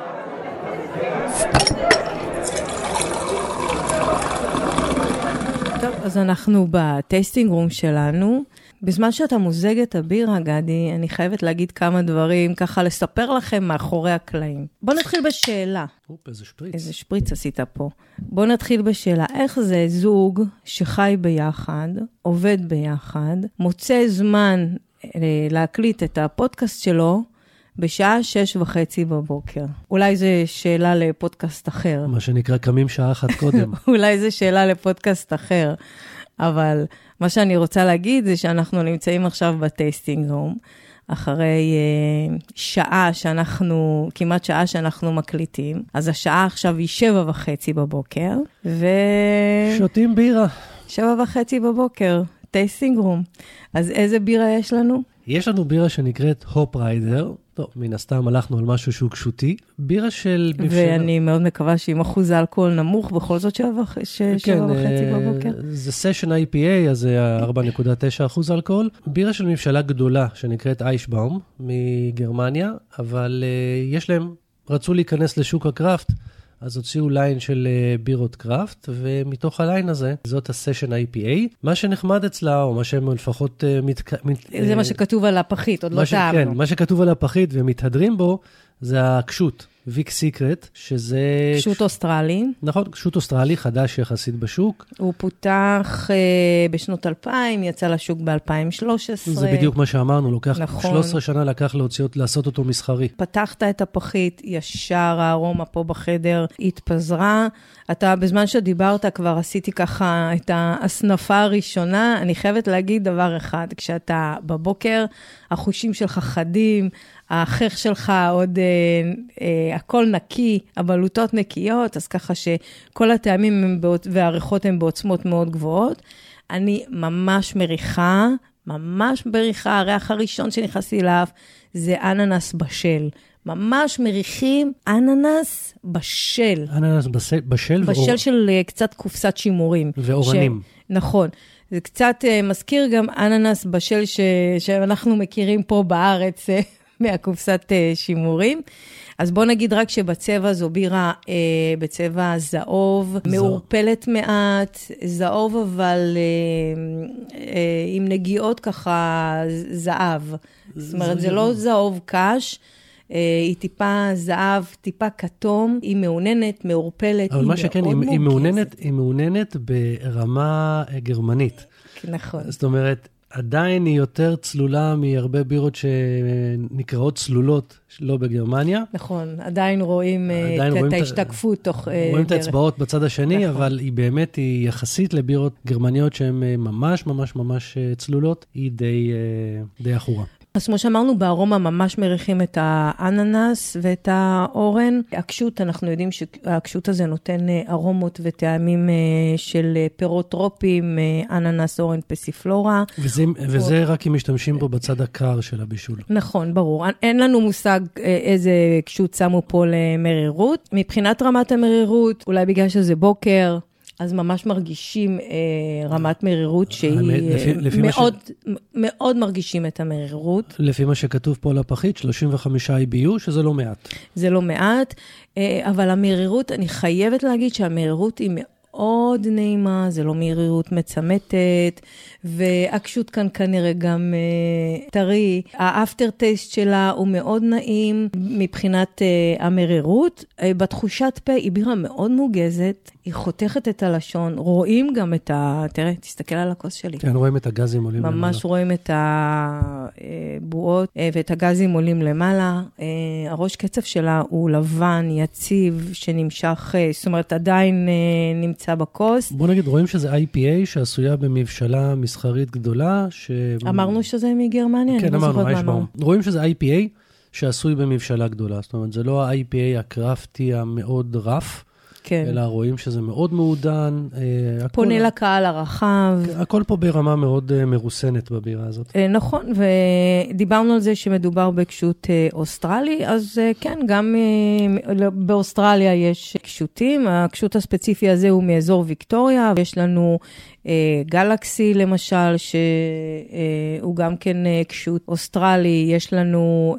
טוב, אז אנחנו בטסטינג רום שלנו. בזמן שאתה מוזג את הבירה, גדי, אני חייבת להגיד כמה דברים, ככה לספר לכם מאחורי הקלעים. בוא נתחיל בשאלה. אופ, איזה שפריץ. איזה שפריץ עשית פה. בוא נתחיל בשאלה, איך זה זוג שחי ביחד, עובד ביחד, מוצא זמן להקליט את הפודקאסט שלו, בשעה שש וחצי בבוקר. אולי זו שאלה לפודקאסט אחר. מה שנקרא, קמים שעה אחת קודם. אולי זו שאלה לפודקאסט אחר. אבל מה שאני רוצה להגיד זה שאנחנו נמצאים עכשיו בטייסטינג רום, אחרי אה, שעה שאנחנו, כמעט שעה שאנחנו מקליטים. אז השעה עכשיו היא שבע וחצי בבוקר. ו... שותים בירה. שבע וחצי בבוקר, טייסטינג רום. אז איזה בירה יש לנו? יש לנו בירה שנקראת הופ ריידר. טוב, מן הסתם הלכנו על משהו שהוא קשותי. בירה של... ואני מאוד מקווה שעם אחוז האלכוהול נמוך, בכל זאת שבע וחצי בבוקר. זה סשן איי פי איי, אז זה ארבע נקודה תשע אחוז אלכוהול. בירה של מבשלה גדולה שנקראת איישבאום מגרמניה, אבל יש להם, רצו להיכנס לשוק הקראפט, אז הוציאו ליין של בירות קראפט, ומתוך הליין הזה, זאת הסשן איי פי איי. מה שנחמד אצלה, או מה שהם לפחות... זה מה שכתוב על הפחית, עוד לא טעמנו. כן, מה שכתוב על הפחית ומתהדרים בו, זה הקשות, ויק סיקרט, שזה... קשות אוסטרלי. נכון, קשות אוסטרלי, חדש יחסית בשוק. הוא פותח אה, בשנות אלפיים, יצא לשוק ב-אלפיים ושלוש עשרה. זה בדיוק מה שאמרנו, לוקח נכון. שלוש עשרה שנה לקח להוצאות, לעשות אותו מסחרי. פתחת את הפחית, ישר הארומה פה בחדר התפזרה. אתה, בזמן שדיברת, כבר עשיתי ככה את הסנפה הראשונה. אני חייבת להגיד דבר אחד, כשאתה בבוקר, החושים שלך חדים, החך שלך עוד אה, אה, הכל נקי, הבלוטות נקיות, אז ככה שכל הטעמים הם באות, והעריכות הן בעוצמות מאוד גבוהות. אני ממש מריחה, ממש מריחה, הריח הראשון שנכנסתי אליו, זה אננס בשל. ממש מריחים אננס בשל. אננס בשל, בשל, בשל ואור... של uh, קצת קופסת שימורים. ואורנים. ש... נכון. זה קצת uh, מזכיר גם אננס בשל ש... שאנחנו מכירים פה בארץ uh, מהקופסת uh, שימורים. אז בוא נגיד רק שבצבע זו בירה uh, בצבע זהוב, זו. מעורפלת מעט, זהוב אבל uh, uh, עם נגיעות ככה זהב. זאת אומרת, זה לא זהוב קש, היא טיפה זהב, טיפה כתום, היא מעוננת, מעורפלת, אבל מה שכן, היא מעוננת, היא מעוננת ברמה גרמנית. נכון. זאת אומרת, עדיין היא יותר צלולה מהרבה בירות שנקראות צלולות, לא בגרמניה. נכון, עדיין רואים את ההשתקפות תוך... רואים את האצבעות בצד השני, אבל היא באמת, היא יחסית לבירות גרמניות שהן ממש ממש ממש צלולות, היא די אחורה. אז כמו שאמרנו, בארומה ממש מריחים את האננס ואת האורן. הקשות, אנחנו יודעים שהקשות הזה נותן ארומות וטעמים של פירות טרופיים, אננס, אורן, פסיפלורה. וזה, וזה רק אם משתמשים בו בצד הקר של הבישול. נכון, ברור. אין לנו מושג איזה קשות שמו פה למרירות. מבחינת רמת המרירות, אולי בגלל שזה בוקר, אז ממש מרגישים אה, רמת מרירות שהיא לפי, לפי מאוד, ש... מאוד מרגישים את המרירות. לפי מה שכתוב פה על הפחית, שלושים וחמישה איי בי יו, שזה לא מעט. זה לא מעט, אה, אבל המרירות, אני חייבת להגיד שהמרירות היא מאוד נעימה, זה לא מרירות מצמתת, והקשות כאן כנראה גם אה, טרי. האפטר טייסט שלה הוא מאוד נעים מבחינת אה, המרירות. אה, בתחושת פה היא בירה מאוד מוגזת, היא חותכת את הלשון, רואים גם את ה... תראה, תסתכל על הכוס שלי. כן, רואים את הגזים עולים ממש למעלה. ממש רואים את הבועות אה, ואת הגזים עולים למעלה. אה, הראש קצף שלה הוא לבן, יציב, שנמשך, אה, זאת אומרת, עדיין אה, נמצא בכוס. בוא נגיד, רואים שזה איי פי איי שעשויה במבשלה מסחרית גדולה. ש... אמרנו שזה מגרמניה? כן, אמרנו, איישבאום. רואים שזה איי פי איי שעשוי במבשלה גדולה. זאת אומרת, זה לא ה-איי פי איי הקראפטי המאוד רף, כן. אלא רואים שזה מאוד מעודן. פונה הכל... לקהל הרחב. הכל פה ברמה מאוד מרוסנת בבירה הזאת. נכון, ודיברנו על זה שמדובר בקשות אוסטרלי, אז כן, גם באוסטרליה יש קשותים. הקשות הספציפי הזה הוא מאזור ויקטוריה, ויש לנו גלקסי למשל, שהוא גם כן קשות אוסטרלי, יש לנו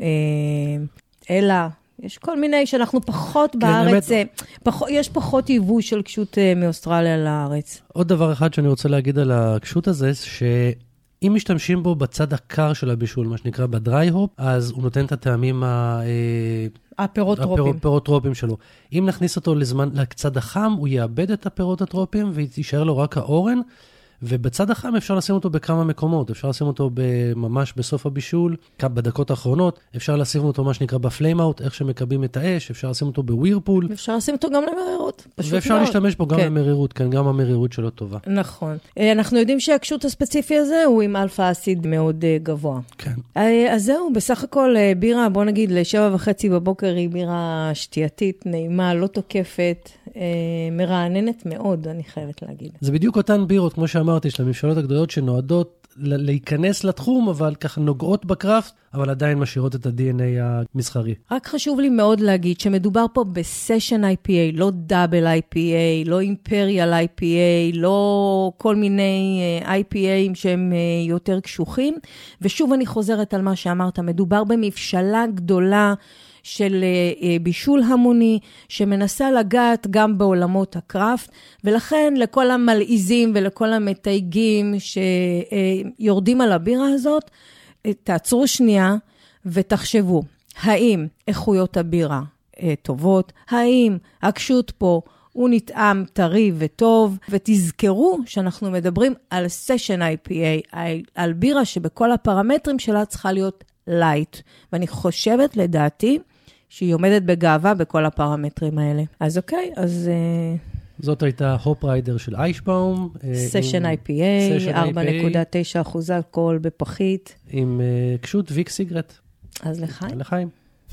אלה, יש כל מיני שאנחנו פחות בארץ, יש פחות ייבוא של קשות מאוסטרליה לארץ. עוד דבר אחד שאני רוצה להגיד על הקשות הזה, שאם משתמשים בו בצד הקר של הבישול, מה שנקרא בדרי הופ, אז הוא נותן את הטעמים הפירות טרופים. הפירות טרופים שלו. אם נכניס אותו לזמן, לצד החם, הוא יאבד את הפירות הטרופים, וישאר לו רק האורן, ובצד החם אפשר לשים אותו בכמה מקומות, אפשר לשים אותו ממש בסוף הבישול, בדקות האחרונות, אפשר לשים אותו מה שנקרא בפליימאוט, איך שמקבים את האש, אפשר לשים אותו בווירפול. אפשר לשים אותו גם למרירות. ואפשר להשתמש בו גם כן. למרירות, כן, גם המרירות שלו טובה. נכון. אנחנו יודעים שהקשות הספציפי הזה הוא עם אלפא אסיד מאוד גבוה. כן. אז זהו, בסך הכל בירה, בוא נגיד, לשבע וחצי בבוקר היא בירה שתייתית, נעימה, לא תוקפת, מרעננת מאוד, אני חייבת להגיד. זה בדיוק אותן בירות, כמו שאמרתי, של הממשלות הגדולות שנועדות להיכנס לתחום, אבל ככה נוגעות בקראפט, אבל עדיין משאירות את ה-די אן איי המסחרי. רק חשוב לי מאוד להגיד שמדובר פה בסשן איי פי איי, לא דאבל איי פי איי, לא אימפריאל איי פי איי, לא כל מיני איי פי איי שהם יותר קשוחים. ושוב אני חוזרת על מה שאמרת, מדובר במבשלה גדולה, של בישול המוני, שמנסה לגעת גם בעולמות הקראפט, ולכן לכל המלעיזים ולכל המתייגים שיורדים על הבירה הזאת, תעצרו שנייה ותחשבו, האם איכויות הבירה טובות, האם הקשות פה הוא נטעם טרי וטוב, ותזכרו שאנחנו מדברים על סשן איי פי איי, על בירה שבכל הפרמטרים שלה צריכה להיות לייט, ואני חושבת לדעתי, שהיא עומדת בגאווה בכל הפרמטרים האלה. אז אוקיי, אז... זאת הייתה הופ ריידר של איישבאום. סשן איי פי איי, ארבע נקודה תשע אחוז אלכוהול בפחית. עם קשות ויק סיגרט. אז לחיים. לחיים.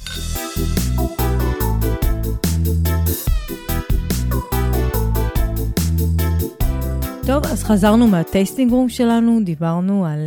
טוב, אז חזרנו מהטייסטינג רום שלנו, דיברנו על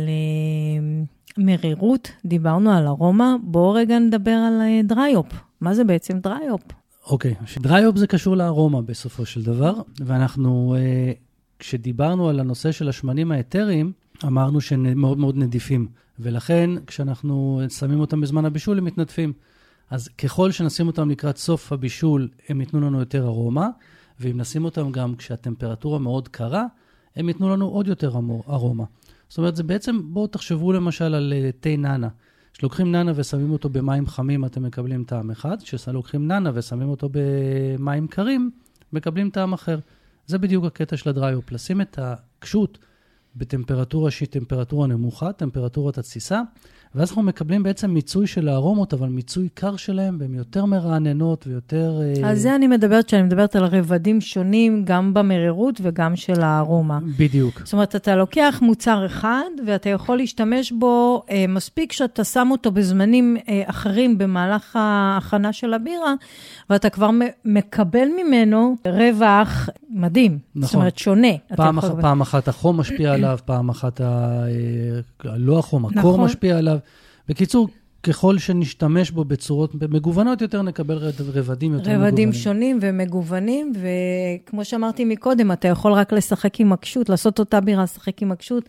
uh, מרירות, דיברנו על ארומה, בואו רגע נדבר על uh, דרייופ. מה זה בעצם דרייופ? אוקיי, okay. דרייופ זה קשור לארומה בסופו של דבר, ואנחנו, uh, כשדיברנו על הנושא של השמנים האתריים, אמרנו שהם מאוד מאוד נדיפים, ולכן כשאנחנו שמים אותם בזמן הבישול הם מתנדפים. אז ככל שנשים אותם לקראת סוף הבישול, הם ייתנו לנו יותר ארומה, ואם נשים אותם גם כשהטמפרטורה מאוד קרה, הם ייתנו לנו עוד יותר ארומה. זאת אומרת, זה בעצם, בואו תחשבו למשל על תה ננה. כשלוקחים ננה ושמים אותו במים חמים, אתם מקבלים טעם אחד. כשלוקחים ננה ושמים אותו במים קרים, מקבלים טעם אחר. זה בדיוק הקטע של הדרייופ. לשים את הקשות בטמפרטורה שהיא טמפרטורה נמוכה, טמפרטורת התסיסה, ואז אנחנו מקבלים בעצם מיצוי של הארומות, אבל מיצוי קר שלהם, והן יותר מרעננות ויותר... אז זה אני מדברת, שאני מדברת על רבדים שונים, גם במרירות וגם של הארומה. בדיוק. זאת אומרת, אתה לוקח מוצר אחד, ואתה יכול להשתמש בו, אה, מספיק שאתה שם אותו בזמנים אה, אחרים, במהלך ההכנה של הבירה, ואתה כבר מקבל ממנו רווח מדהים. נכון. זאת אומרת, שונה. פעם, אח, פעם אחת החום משפיע עליו, פעם אחת ה... לא החום, הקור נכון. משפיע עליו. בקיצור, ככל שנשתמש בו בצורות מגוונות יותר, נקבל רבדים יותר מגוונים. רבדים שונים ומגוונים, וכמו שאמרתי מקודם, אתה יכול רק לשחק עם הקשות, לעשות אותה בירה, לשחק עם הקשות,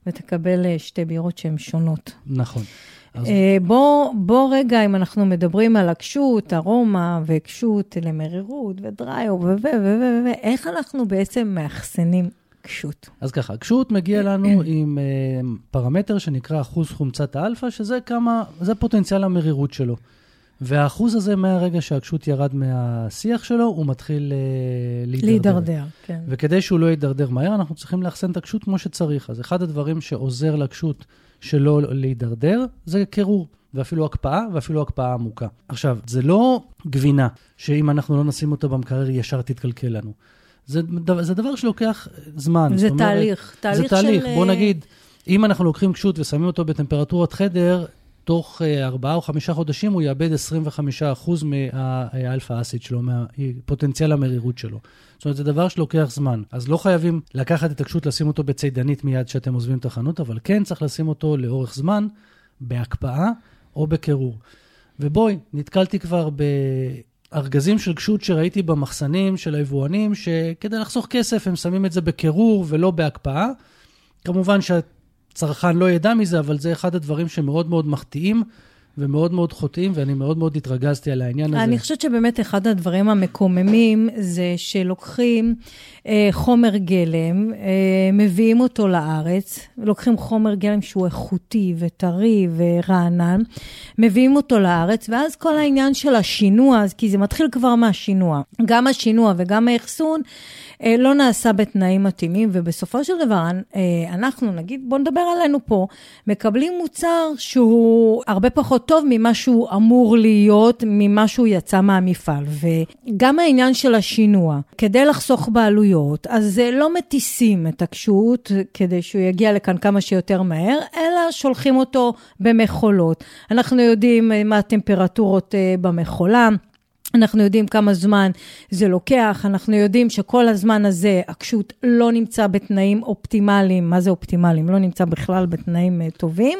ותקבל שתי בירות שהן שונות. נכון. אז... בוא, בוא רגע, אם אנחנו מדברים על הקשות, ארומה וקשות למרירות ודרייופ, ו... ו... ו... ו... איך אנחנו בעצם מאחסנים קשות? אז ככה, קשות מגיע לנו עם uh, פרמטר שנקרא אחוז חומצת האלפא, שזה כמה, זה פוטנציאל המרירות שלו. והאחוז הזה מהרגע שהקשות ירד מהשיח שלו, הוא מתחיל uh, להידרדר. להידרדר, כן. וכדי שהוא לא יידרדר מהר, אנחנו צריכים לאחסן את הקשות כמו שצריך. אז אחד הדברים שעוזר לקשות שלא להידרדר, זה קירור, ואפילו הקפאה, ואפילו הקפאה עמוקה. עכשיו, זה לא גבינה, שאם אנחנו לא נשים אותה במקרר, ישר תתקלקל לנו. זה, זה דבר שלוקח זמן. זה אומרת, תהליך. תהליך זה תהליך. של... בוא נגיד, אם אנחנו לוקחים קשות ושמים אותו בטמפרטורת חדר, תוך ארבעה או חמישה חודשים הוא יאבד עשרים וחמישה אחוז מהאלפא אסיד שלו, מהפוטנציאל המרירות שלו. זאת אומרת, זה דבר שלוקח זמן. אז לא חייבים לקחת את הקשות, לשים אותו בציידנית מיד שאתם עוזבים את החנות, אבל כן צריך לשים אותו לאורך זמן, בהקפאה או בקירור. ובואי, נתקלתי כבר בארגזים של קשות שראיתי במחסנים של היבואנים, שכדי לחסוך כסף הם שמים את זה בקירור ולא בהקפאה. כמובן שהצרכן לא ידע מזה, אבל זה אחד הדברים שמאוד מאוד מחטיאים, ומאוד מאוד חוטאים, ואני מאוד מאוד התרגזתי על העניין הזה. אני חושבת שבאמת אחד הדברים המקוממים, זה שלוקחים אה, חומר גלם, אה, מביאים אותו לארץ, לוקחים חומר גלם שהוא איכותי וטרי ורענן, מביאים אותו לארץ, ואז כל העניין של השינוע, כי זה מתחיל כבר מהשינוע, גם השינוע וגם האחסון, אה, לא נעשה בתנאים מתאימים, ובסופו של דבר, אה, אנחנו נגיד, בוא נדבר עלינו פה, מקבלים מוצר שהוא הרבה פחות טוב ממה שהוא אמור להיות, ממה שהוא יצא מהמפעל. וגם העניין של השינוע, כדי לחסוך בעלויות, אז לא מטיסים את הקשות כדי שהוא יגיע לכאן כמה שיותר מהר, אלא שולחים אותו במכולות. אנחנו יודעים מה הטמפרטורות במכולה, אנחנו יודעים כמה זמן זה לוקח, אנחנו יודעים שכל הזמן הזה הקשות לא נמצא בתנאים אופטימליים, מה זה אופטימליים? לא נמצא בכלל בתנאים טובים,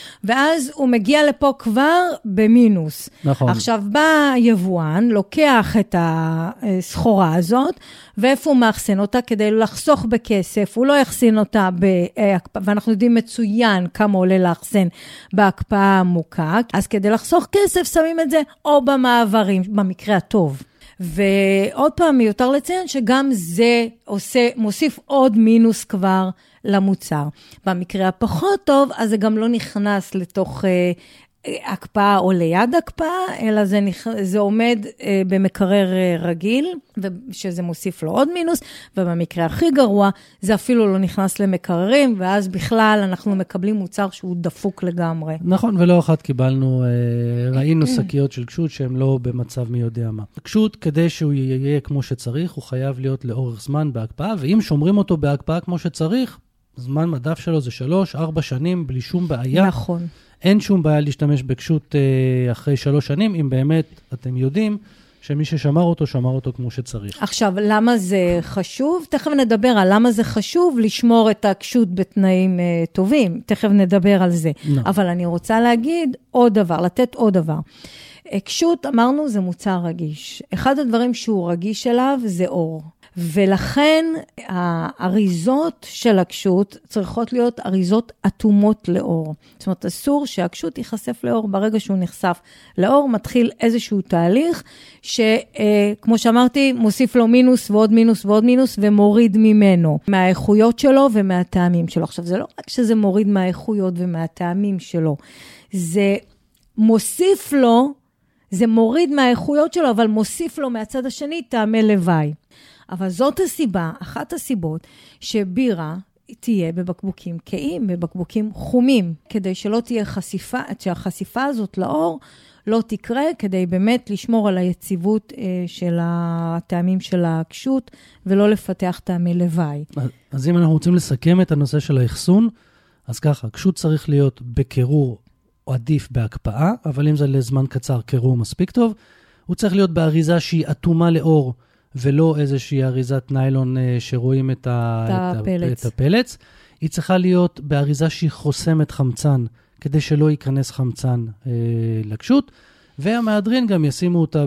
ואז הוא מגיע לפה כבר במינוס. נכון. עכשיו בא יבואן, לוקח את הסחורה הזאת, ואיפה הוא מאחסן אותה כדי לחסוך בכסף, הוא לא יחסין אותה, בהקפ... ואנחנו יודעים מצוין כמה עולה לאחסן בהקפאה עמוקה, אז כדי לחסוך כסף שמים את זה או במעברים, במקרה הטוב. ועוד פעם מיותר לציין שגם זה עושה, מוסיף עוד מינוס כבר למוצר. במקרה הפחות טוב, אז זה גם לא נכנס לתוך הקפאה או ליד הקפאה, אלא זה, נכ... זה עומד אה, במקרר אה, רגיל, שזה מוסיף לו עוד מינוס, ובמקרה הכי גרוע, זה אפילו לא נכנס למקררים, ואז בכלל אנחנו מקבלים מוצר שהוא דפוק לגמרי. נכון, ולא אחת קיבלנו, אה, ראינו שקיות של קשות שהן לא במצב מי יודע מה. קשות, כדי שהוא יהיה כמו שצריך, הוא חייב להיות לאורך זמן בהקפאה, ואם שומרים אותו בהקפאה כמו שצריך, הזמן מדף שלו זה שלוש, ארבע שנים, בלי שום בעיה. נכון. אין שום בעיה להשתמש בקשות אה, אחרי שלוש שנים, אם באמת אתם יודעים שמי ששמר אותו, שמר אותו כמו שצריך. עכשיו, למה זה חשוב? תכף נדבר על למה זה חשוב לשמור את הקשות בתנאים אה, טובים. תכף נדבר על זה. לא. אבל אני רוצה להגיד עוד דבר, לתת עוד דבר. קשות, אמרנו, זה מוצר רגיש. אחד הדברים שהוא רגיש אליו זה אור. ולכן האריזות של הקשות צריכות להיות אריזות אטומות לאור. זאת אומרת, אסור שהקשות ייחשף לאור. ברגע שהוא נחשף לאור, מתחיל איזשהו תהליך שכמו שאמרתי, מוסיף לו מינוס ועוד מינוס ועוד מינוס ומוריד ממנו, מהאיכויות שלו ומהטעמים שלו. עכשיו, זה לא רק שזה מוריד מהאיכויות ומהטעמים שלו, זה מוסיף לו, זה מוריד מהאיכויות שלו, אבל מוסיף לו מהצד השני טעמי לוואי. אבל זאת הסיבה, אחת הסיבות, שבירה תהיה בבקבוקים קיים, בבקבוקים חומים, כדי שלא תהיה חשיפה, שהחשיפה הזאת לאור לא תקרה, כדי באמת לשמור על היציבות אה, של הטעמים של הקשות, ולא לפתח טעמי לוואי. אז אם אנחנו רוצים לסכם את הנושא של האחסון, אז ככה, הקשות צריך להיות בקירור או עדיף בהקפאה, אבל אם זה לזמן קצר קירור מספיק טוב, הוא צריך להיות באריזה שהיא אטומה לאור, ולא איזושהי אריזת ניילון שרואים את, ה... את, הפלץ. את הפלץ. היא צריכה להיות באריזה שהיא חוסמת חמצן, כדי שלא ייכנס חמצן אה, לקשות, והמהדרין גם ישימו אותה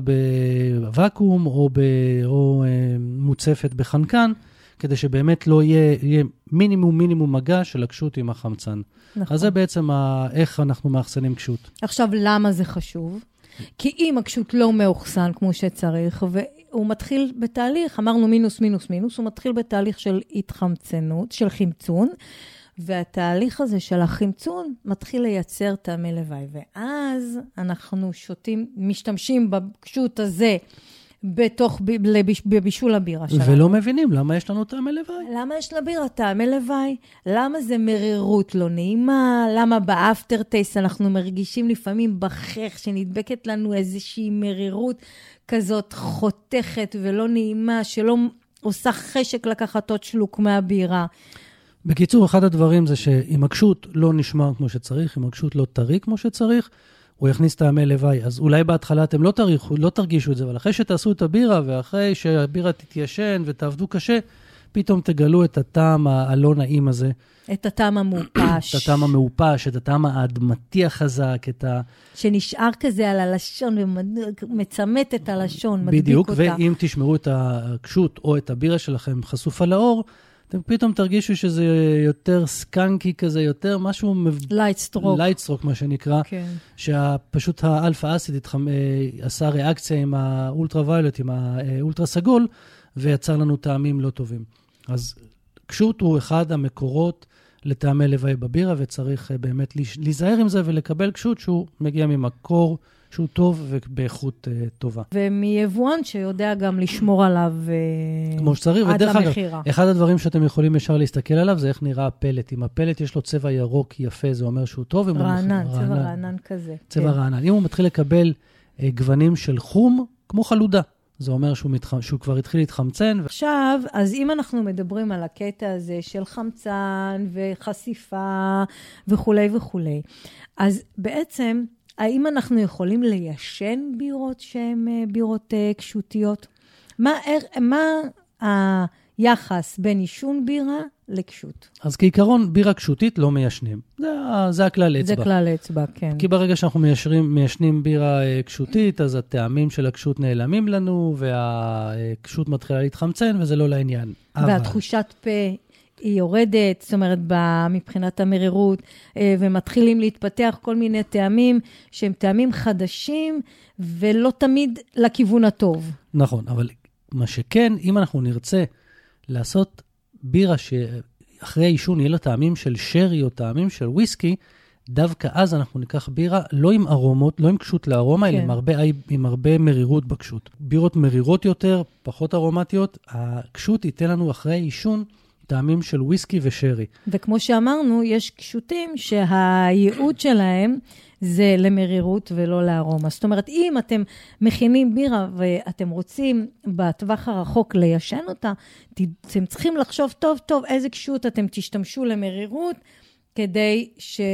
בוואקום או, ב... או אה, מוצפת בחנקן, כדי שבאמת לא יהיה, יהיה מינימום מינימום מגע של הקשות עם החמצן. נכון. אז זה בעצם ה... איך אנחנו מאחסנים קשות. עכשיו, למה זה חשוב? כי אם הקשות לא מאוחסן כמו שצריך, והוא מתחיל בתהליך, אמרנו מינוס, מינוס, מינוס, הוא מתחיל בתהליך של התחמצנות, של חמצון, והתהליך הזה של החמצון מתחיל לייצר טעמי לוואי, ואז אנחנו שותים, משתמשים בקשות הזה, בתוך, בבישול הבירה שלנו. ולא מבינים למה יש לנו טעמי לוואי. למה יש לבירה טעמי לוואי? למה זה מרירות לא נעימה? למה באפטר טייסט אנחנו מרגישים לפעמים בחך שנדבקת לנו איזושהי מרירות כזאת חותכת ולא נעימה, שלא עושה חשק לקחת עוד שלוק מהבירה. בקיצור, אחד הדברים זה שאם הקשות לא נשמר כמו שצריך, אם הקשות לא טרי כמו שצריך, הוא יכניס טעמי לוואי. אז אולי בהתחלה אתם לא, תריחו, לא תרגישו את זה, אבל אחרי שתעשו את הבירה, ואחרי שהבירה תתיישן ותעבדו קשה, פתאום תגלו את הטעם הלא נעים הזה. את הטעם המאופש. את הטעם המאופש, את הטעם האדמתי החזק, את ה... שנשאר כזה על הלשון, ומצמת את הלשון, מדביק בדיוק, אותה. ואם תשמרו את הקשות או את הבירה שלכם חשופה לאור, אתם פתאום תרגישו שזה יותר סקנקי כזה, יותר משהו... לייטסטרוק. לייטסטרוק, מה שנקרא. כן. שפשוט האלפא אסיד עשה ריאקציה עם האולטרה ויולט, עם האולטרה סגול, ויצר לנו טעמים לא טובים. אז קשות הוא אחד המקורות לטעמי לוואי בבירה, וצריך באמת להיזהר עם זה ולקבל קשות שהוא מגיע ממקור שהוא טוב ובאיכות uh, טובה. ומיבואן שיודע גם לשמור עליו uh, כמו שצריך. עד ודרך למחירה. אגב, אחד הדברים שאתם יכולים ישר להסתכל עליו, זה איך נראה הפלט. אם הפלט יש לו צבע ירוק יפה, זה אומר שהוא טוב. רענן, צבע רענן, רענן כזה. צבע כן. רענן. אם הוא מתחיל לקבל uh, גוונים של חום, כמו חלודה, זה אומר שהוא, מתח... שהוא כבר התחיל להתחמצן. עכשיו, אז אם אנחנו מדברים על הקטע הזה של חמצן וחשיפה וכו' וכו', אז בעצם... האם אנחנו יכולים ליישן בירות שהן בירות קשותיות? מה, מה היחס בין עישון בירה לקשות? אז כעיקרון, בירה קשותית לא מיישנים. זה, זה הכלל אצבע. זה כלל אצבע, כן. כי ברגע שאנחנו מיישרים, מיישנים בירה קשותית, אז הטעמים של הקשות נעלמים לנו, והקשות מתחילה להתחמצן, וזה לא לעניין. והתחושת פה... היא יורדת, זאת אומרת, מבחינת המרירות, ומתחילים להתפתח כל מיני טעמים, שהם טעמים חדשים, ולא תמיד לכיוון הטוב. נכון, אבל מה שכן, אם אנחנו נרצה לעשות בירה שאחרי העישון יהיה לה טעמים של שרי, או טעמים של וויסקי, דווקא אז אנחנו ניקח בירה לא עם ארומות, לא עם קשות לארומה, כן. אלא עם הרבה, עם הרבה מרירות בקשות. בירות מרירות יותר, פחות ארומטיות, הקשות ייתן לנו אחרי העישון, טעמים של וויסקי ושרי. וכמו שאמרנו, יש קשוטים שהייעוד שלהם זה למרירות ולא לארומה. זאת אומרת, אם אתם מכינים בירה ואתם רוצים בטווח הרחוק ליישן אותה, אתם צריכים לחשוב טוב טוב איזה קשוט אתם תשתמשו למרירות, כדי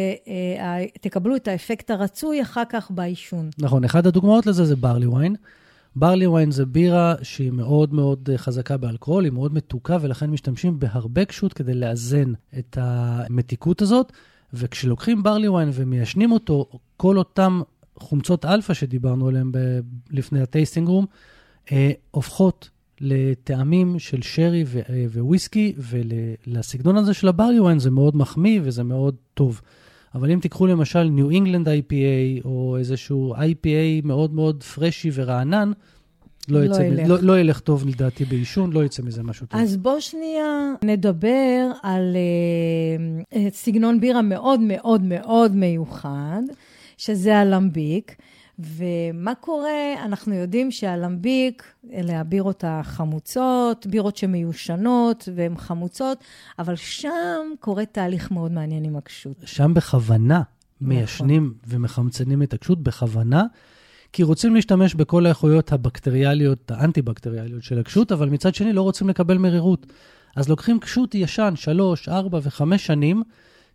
שתקבלו את האפקט הרצוי אחר כך באישון. נכון, אחד הדוגמאות לזה זה ברלי וויין. ברלי וויין זה בירה שהיא מאוד מאוד חזקה באלכוהול, היא מאוד מתוקה, ולכן משתמשים בהרבה קשות כדי לאזן את המתיקות הזאת, וכשלוקחים ברלי וויין ומיישנים אותו, כל אותם חומצות אלפא שדיברנו עליהם ב- לפני הטייסטינג רום, אה, הופכות לטעמים של שרי ו- אה, וויסקי, ולסגנון הזה של הברלי וויין זה מאוד מחמיא וזה מאוד טוב. אבל אם תיקחו למשל ניו אינגלנד איי פי איי, או איזשהו איי פי איי מאוד מאוד פרשי ורענן, לא, לא, יצא, ילך. לא, לא ילך טוב לדעתי באישון, לא יצא מזה משהו טוב. אז בוא שנייה נדבר על uh, סגנון בירה מאוד מאוד מאוד מיוחד, שזה הלמביק. ומה קורה? אנחנו יודעים שהלמביק, אלה הבירות החמוצות, בירות שמיושנות והן חמוצות, אבל שם קורה תהליך מאוד מעניין עם הקשות. שם בכוונה מיישנים ומחמצנים את הקשות בכוונה, כי רוצים להשתמש בכל האיכויות הבקטריאליות, האנטי-בקטריאליות של הקשות, אבל מצד שני לא רוצים לקבל מרירות. אז לוקחים קשות ישן, שלוש, ארבע וחמש שנים,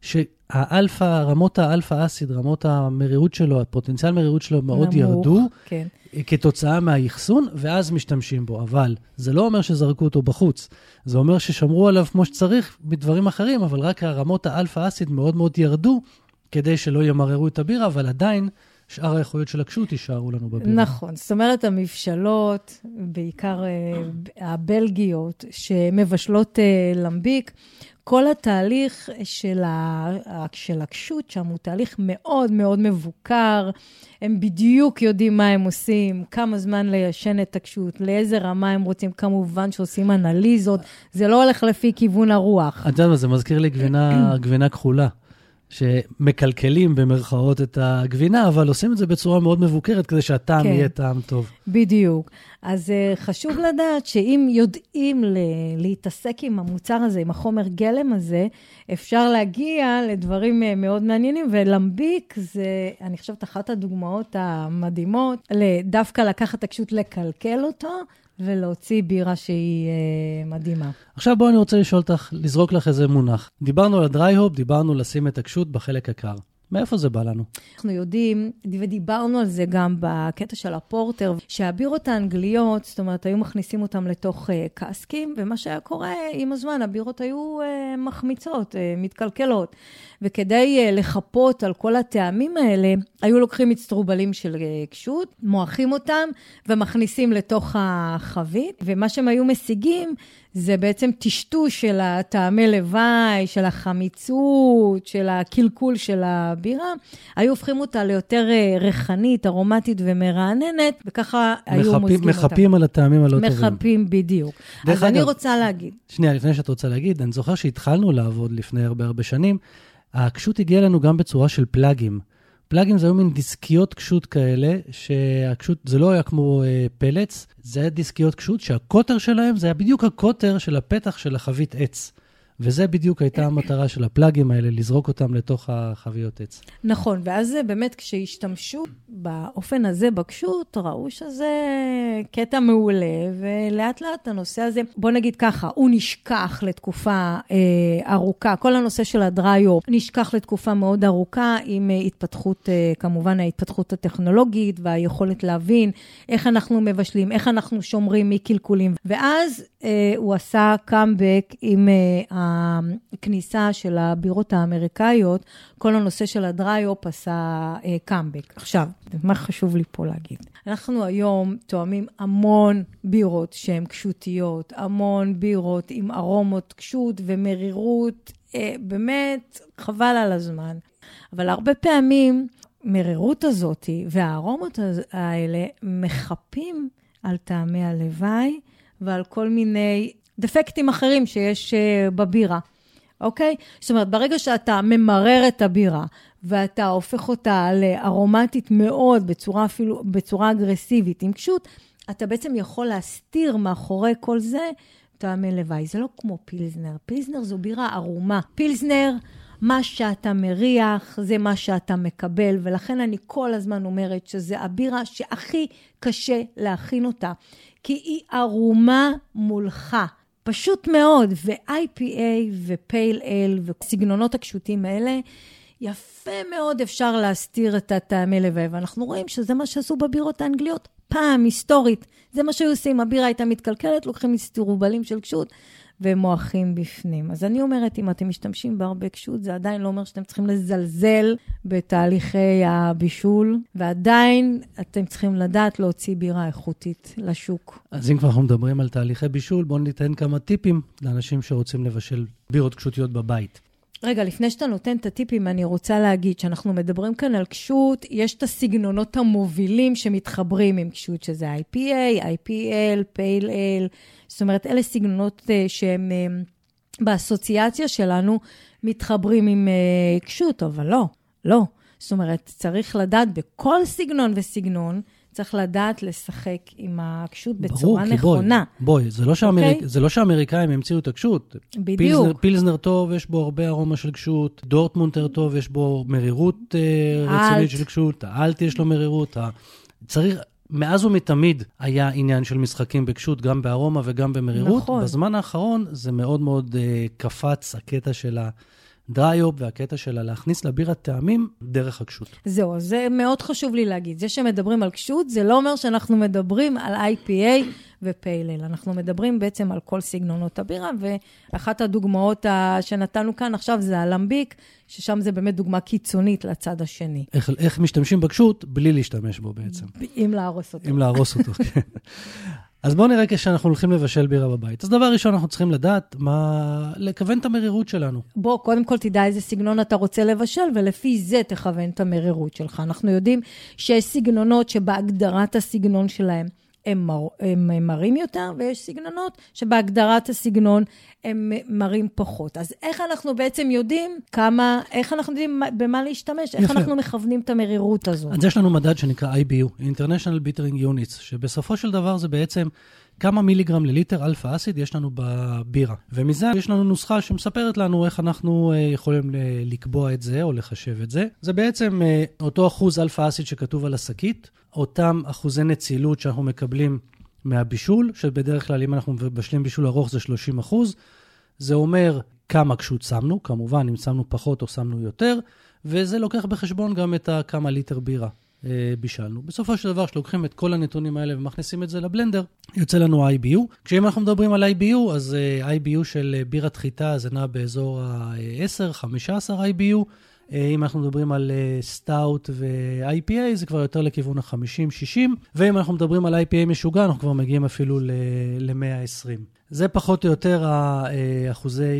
שהאלפא, רמות האלפא אסיד, רמות המרירות שלו, הפוטנציאל מרירות שלו מאוד נמוך, ירדו, כן. כתוצאה מהיחסון, ואז משתמשים בו. אבל זה לא אומר שזרקו אותו בחוץ. זה אומר ששמרו עליו כמו שצריך בדברים אחרים, אבל רק הרמות האלפא אסיד מאוד מאוד ירדו, כדי שלא ימררו את הבירה, אבל עדיין שאר האיכויות של הקשות יישארו לנו בבירה. נכון, זאת אומרת המבשלות, בעיקר הבלגיות, שמבשלות למביק, כל התהליך של, ה... של הקשות שם הוא תהליך מאוד מאוד מבוקר, הם בדיוק יודעים מה הם עושים, כמה זמן ליישן את הקשות, לאיזה רמה הם רוצים, כמובן שעושים אנליזות, זה לא הולך לפי כיוון הרוח. אתה יודע מה, זה מזכיר לי גבינה, גבינה כחולה. שמקלקלים במרכאות את הגבינה, אבל עושים את זה בצורה מאוד מבוקרת, כדי שהטעם כן. יהיה טעם טוב. בדיוק. אז uh, חשוב לדעת שאם יודעים ל- להתעסק עם המוצר הזה, עם החומר גלם הזה, אפשר להגיע לדברים uh, מאוד מעניינים, ולמביק זה, אני חושבת, אחת הדוגמאות המדהימות, דווקא לקחת הקשות לקלקל אותו, ולהוציא בירה שהיא אה, מדהימה. עכשיו בואו אני רוצה לשאול אותך, לזרוק לך איזה מונח. דיברנו על הדרי-הופ, דיברנו לשים את הקשות בחלק הקר. מאיפה זה בא לנו? אנחנו יודעים, ודיברנו על זה גם בקטע של הפורטר, שהבירות האנגליות, זאת אומרת, היו מכניסים אותם לתוך uh, קסקים, ומה שהיה קורה עם הזמן, הבירות היו uh, מחמיצות, uh, מתקלקלות. וכדי uh, לחפות על כל הטעמים האלה, היו לוקחים מצטרובלים של uh, קשות, מועכים אותם, ומכניסים לתוך החבית, ומה שהם היו משיגים, זה בעצם טשטוש של הטעמי לוואי, של החמיצות, של הקלקול של הבירה. היו הופכים אותה ליותר ריחנית, ארומטית ומרעננת, וככה היו מחפים, מוזגים אותה. מחפים על הטעמים הלא טובים. מחפים בדיוק. אז אני רוצה להגיד. שנייה, לפני שאת רוצה להגיד, אני זוכר שהתחלנו לעבוד לפני הרבה הרבה שנים, הקשות הגיעה לנו גם בצורה של פלאגים. פלאגים זה היו מין דיסקיות קשות כאלה, שהקשות זה לא היה כמו אה, פלץ, זה היה דיסקיות קשות שהקוטר שלהם זה היה בדיוק הקוטר של הפתח של החבית עץ. וזה בדיוק הייתה המטרה של הפלאגים האלה, לזרוק אותם לתוך החביות עץ. נכון, ואז באמת כשהשתמשו באופן הזה בקשות, ראו שזה קטע מעולה, ולאט לאט הנושא הזה, בוא נגיד ככה, הוא נשכח לתקופה אה, ארוכה, כל הנושא של הדרי-הופ נשכח לתקופה מאוד ארוכה, עם התפתחות, אה, כמובן ההתפתחות הטכנולוגית, והיכולת להבין איך אנחנו מבשלים, איך אנחנו שומרים מקלקולים, ואז אה, הוא עשה קאמבק עם אה, הכניסה של הבירות האמריקאיות, כל הנושא של הדרי-הופ עשה קאמבק. עכשיו, מה חשוב לי פה להגיד? אנחנו היום תואמים המון בירות שהן קשותיות, המון בירות עם ארומות קשות ומרירות, אה, באמת חבל על הזמן. אבל הרבה פעמים מרירות הזאת והארומות האלה מחפים על טעמי הלוואי ועל כל מיני דפקטים אחרים שיש בבירה, אוקיי? זאת אומרת, ברגע שאתה ממרר את הבירה, ואתה הופך אותה לארומטית מאוד, בצורה אפילו, בצורה אגרסיבית, עם קשות, אתה בעצם יכול להסתיר מאחורי כל זה, טעמי לוואי. זה לא כמו פילזנר. פילזנר זו בירה ארומה. פילזנר, מה שאתה מריח, זה מה שאתה מקבל, ולכן אני כל הזמן אומרת שזה הבירה שהכי קשה להכין אותה, כי היא ארומה מולך. פשוט מאוד, ו-איי פי איי ו-Pale Ale וסגנונות הקשותים האלה, יפה מאוד אפשר להסתיר את הטעמי לוואי, ואנחנו רואים שזה מה שעשו בבירות האנגליות, פעם, היסטורית. זה מה שהיו עושים, הבירה הייתה מתקלקלת, לוקחים מסתירובלים של קשות, ומואחים בפנים. אז אני אומרת, אם אתם משתמשים בהרבה קשות, זה עדיין לא אומר שאתם צריכים לזלזל בתהליכי הבישול, ועדיין אתם צריכים לדעת להוציא בירה איכותית לשוק. אז אם כבר אנחנו מדברים על תהליכי בישול, בואו ניתן כמה טיפים לאנשים שרוצים לבשל בירות קשותיות בבית. רגע, לפני שאתה נותן את הטיפים, אני רוצה להגיד שאנחנו מדברים כאן על קשות, יש את הסגנונות המובילים שמתחברים עם קשות, שזה איי פי איי, איי פי אל, Pale Ale, זאת אומרת, אלה סגנונות שהם באסוציאציה שלנו מתחברים עם קשות, אבל לא, לא. זאת אומרת, צריך לדעת בכל סגנון וסגנון, צריך לדעת לשחק עם הקשות בצורה נכונה. בואי, בואי, זה לא שאמריק, זה לא שהאמריקאים המציאו את הקשות. בדיוק. פילזנר, פילזנר טוב, יש בו הרבה ארומה של קשות. דורטמונטר טוב, יש בו מרירות רצינית של קשות. האלט יש לו מרירות. צריך, מאז ומתמיד היה עניין של משחקים בקשות, גם בארומה וגם במרירות. נכון. בזמן האחרון זה מאוד מאוד קפץ, הקטע של ה... דרייופ והקטע שלה להכניס לבירת טעמים דרך הקשות. זהו, זה מאוד חשוב לי להגיד. זה שמדברים על קשות, זה לא אומר שאנחנו מדברים על איי פי איי ו-Pale Ale. אנחנו מדברים בעצם על כל סגנונות הבירה, ואחת הדוגמאות שנתנו כאן עכשיו זה הלמביק, ששם זה באמת דוגמה קיצונית לצד השני. איך, איך משתמשים בקשות בלי להשתמש בו בעצם. אם להרוס אותו. אם להרוס אותו, כן. אז בואו נראה כשאנחנו הולכים לבשל בירה בבית. אז דבר ראשון, אנחנו צריכים לדעת מה... לכוון את המרירות שלנו. בוא, קודם כל תדע איזה סגנון אתה רוצה לבשל, ולפי זה תכוון את המרירות שלך. אנחנו יודעים שיש סגנונות שבהגדרת הסגנון שלהם הם, מר... הם מרים יותר, ויש סגנונות שבהגדרת הסגנון הם מרים פחות. אז איך אנחנו בעצם יודעים כמה, איך אנחנו יודעים במה להשתמש, איך יפה. אנחנו מכוונים את המרירות הזו. אז יש לנו מדד שנקרא איי בי יו, International Bittering Units, שבסופו של דבר זה בעצם כמה מיליגרם לליטר אלפא אסיד יש לנו בבירה. ומזה יש לנו נוסחה שמספרת לנו איך אנחנו יכולים לקבוע את זה או לחשב את זה. זה בעצם אותו אחוז אלפא אסיד שכתוב על השקית, אותם אחוזי נצילות שאנחנו מקבלים מהבישול, שבדרך כלל אם אנחנו מבשלים בישול ארוך זה שלושים אחוז, זה אומר כמה קשות שמנו, כמובן אם שמנו פחות או שמנו יותר, וזה לוקח בחשבון גם את כמה ליטר בירה אה, בישלנו. בסופו של דבר שלוקחים את כל הנתונים האלה ומכניסים את זה לבלנדר, יוצא לנו איי בי יו. כשאם אנחנו מדברים על איי בי יו, אז אה, איי בי יו של בירת חיטה זה נע באזור ה-עשר חמש עשרה איי בי יו, אם אנחנו מדברים על סטאוט ו-איי פי איי, זה כבר יותר לכיוון ה-חמישים שישים, ואם אנחנו מדברים על איי פי איי משוגע, אנחנו כבר מגיעים אפילו ל-מאה ועשרים. זה פחות או יותר האחוזי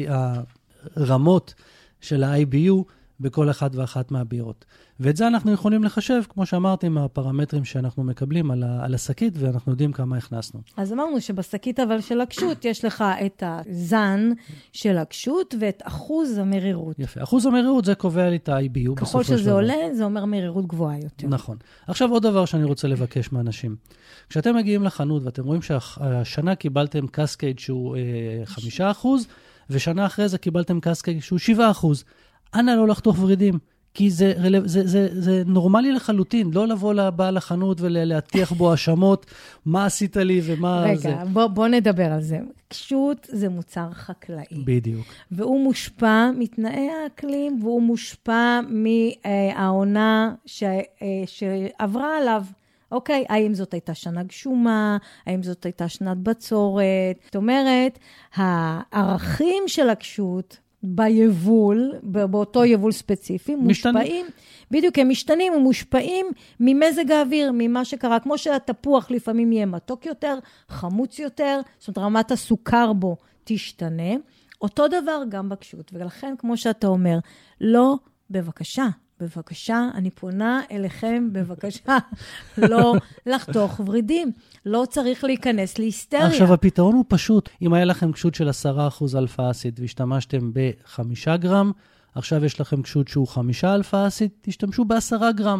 הרמות של ה-איי בי יו בכל אחת ואחת מהבירות. ואת זה אנחנו יכולים לחשב, כמו שאמרתי, מהפרמטרים שאנחנו מקבלים על, ה- על השקית, ואנחנו יודעים כמה הכנסנו. אז אמרנו שבשקית אבל של הקשות, יש לך את הזן של הקשות, ואת אחוז המרירות. יפה. אחוז המרירות זה קובע לי את ה-איי בי יו. ככל שזה עולה, זה אומר מרירות גבוהה יותר. נכון. עכשיו עוד דבר שאני רוצה לבקש מאנשים. כשאתם מגיעים לחנות, ואתם רואים שהשנה קיבלתם קסקייד שהוא אה, חמישה אחוז, ושנה אחרי זה קיבלתם קסקייד שהוא שבעה אחוז. אנא לא לחתוך ורידים. כי זה, זה, זה, זה נורמלי לחלוטין, לא לבוא לבעל החנות ולהטיח בו האשמות, מה עשית לי ומה רגע, זה. רגע, בוא, בוא נדבר על זה. קשות זה מוצר חקלאי. בדיוק. והוא מושפע מתנאי האקלים, והוא מושפע מהעונה ש, שעברה עליו. אוקיי, האם זאת הייתה שנה גשומה, האם זאת הייתה שנת בצורת. זאת אומרת, הערכים של הקשות ביבול, באותו יבול ספציפי, מושפעים, בדיוק, הם משתנים, הם מושפעים ממזג האוויר, ממה שקרה, כמו שהתפוח לפעמים יהיה מתוק יותר, חמוץ יותר, זאת אומרת, רמת הסוכר בו תשתנה, אותו דבר גם בקשות, ולכן, כמו שאתה אומר, לא, בבקשה, בבקשה, אני פונה אליכם, בבקשה, לא לחתוך ורידים. לא צריך להיכנס להיסטריה. עכשיו, הפתרון הוא פשוט. אם היה לכם קשות של עשרה אחוז אלפא אסיד, והשתמשתם בחמישה גרם, עכשיו יש לכם קשות שהוא חמישה אלפא אסיד, תשתמשו בעשרה גרם.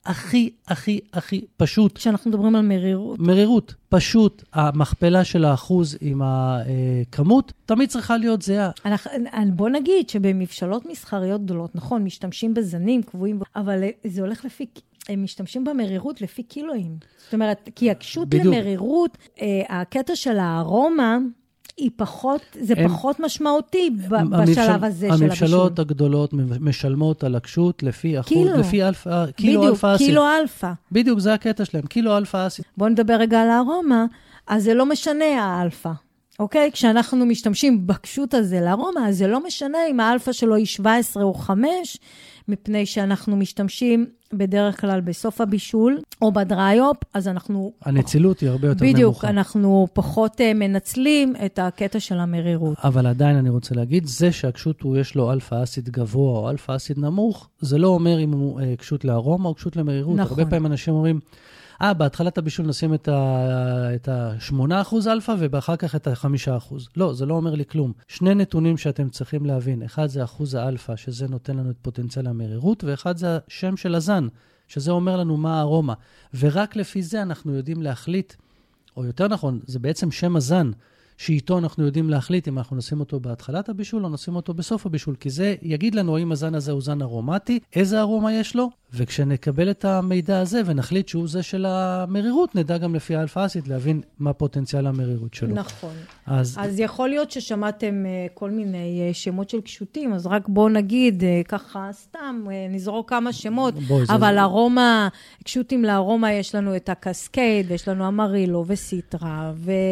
הכי, הכי, הכי פשוט. כשאנחנו מדברים על מרירות. מרירות, פשוט, המכפלה של האחוז עם הכמות, תמיד צריכה להיות זהה. אנחנו, בוא נגיד שבמבשלות מסחריות גדולות, נכון, משתמשים בזנים קבועים, אבל זה הולך לפי... הם משתמשים במרירות לפי קילואים. זאת אומרת, כי הקשות למרירות, הקטע של הארומה, היא פחות, זה הם, פחות משמעותי ב, המבשל, בשלב הזה של הבישול. המבשלות הגדולות משלמות על הקשות לפי אחוז, קילו. לפי אלפא, קילו בדיוק, אלפא אסיד. קילו אלפא. בדיוק, זה הקטע שלהם, קילו אלפא אסיד. בואו נדבר רגע על הארומה, אז זה לא משנה האלפא. אוקיי? כשאנחנו משתמשים בקשות הזה לארומה, אז זה לא משנה אם האלפא שלו היא שבע עשרה או חמש, מפני שאנחנו משתמשים בדרך כלל בסוף הבישול, או בדרייופ, אז אנחנו... הנצילות היא הרבה יותר בדיוק, נמוכה. בדיוק, אנחנו פחות uh, מנצלים את הקטע של המרירות. אבל עדיין אני רוצה להגיד, זה שהקשות הוא יש לו אלפא אסיד גבוה או אלפא אסיד נמוך, זה לא אומר אם הוא uh, קשות לארומה או קשות למרירות. נכון. הרבה פעמים אנשים אומרים, אה, בהתחלת הבישול נשים את ה-שמונה אחוז אלפא, ואחר כך את ה-חמישה אחוז. לא, זה לא אומר לי כלום. שני נתונים שאתם צריכים להבין. אחד זה אחוז האלפא, שזה נותן לנו את פוטנציאל המרירות, ואחד זה השם של הזן, שזה אומר לנו מה הארומה. ורק לפי זה אנחנו יודעים להחליט, או יותר נכון, זה בעצם שם הזן, שאיתו אנחנו יודעים להחליט אם אנחנו נשים אותו בהתחלת הבישול או נשים אותו בסוף הבישול, כי זה יגיד לנו האם הזן הזה הוא זן ארומטי, איזה ארומה יש לו, וכשנקבל את המידע הזה ונחליט שהוא זה של המרירות, נדע גם לפי האלפא אסיד להבין מה פוטנציאל המרירות שלו. נכון. אז, אז יכול להיות ששמעתם כל מיני שמות של קשותים, אז רק בואו נגיד, ככה סתם, נזרוק כמה שמות, אבל זה... ארומה, קשותים לארומה יש לנו את הקסקייד, יש לנו אמרילו וסיטרה,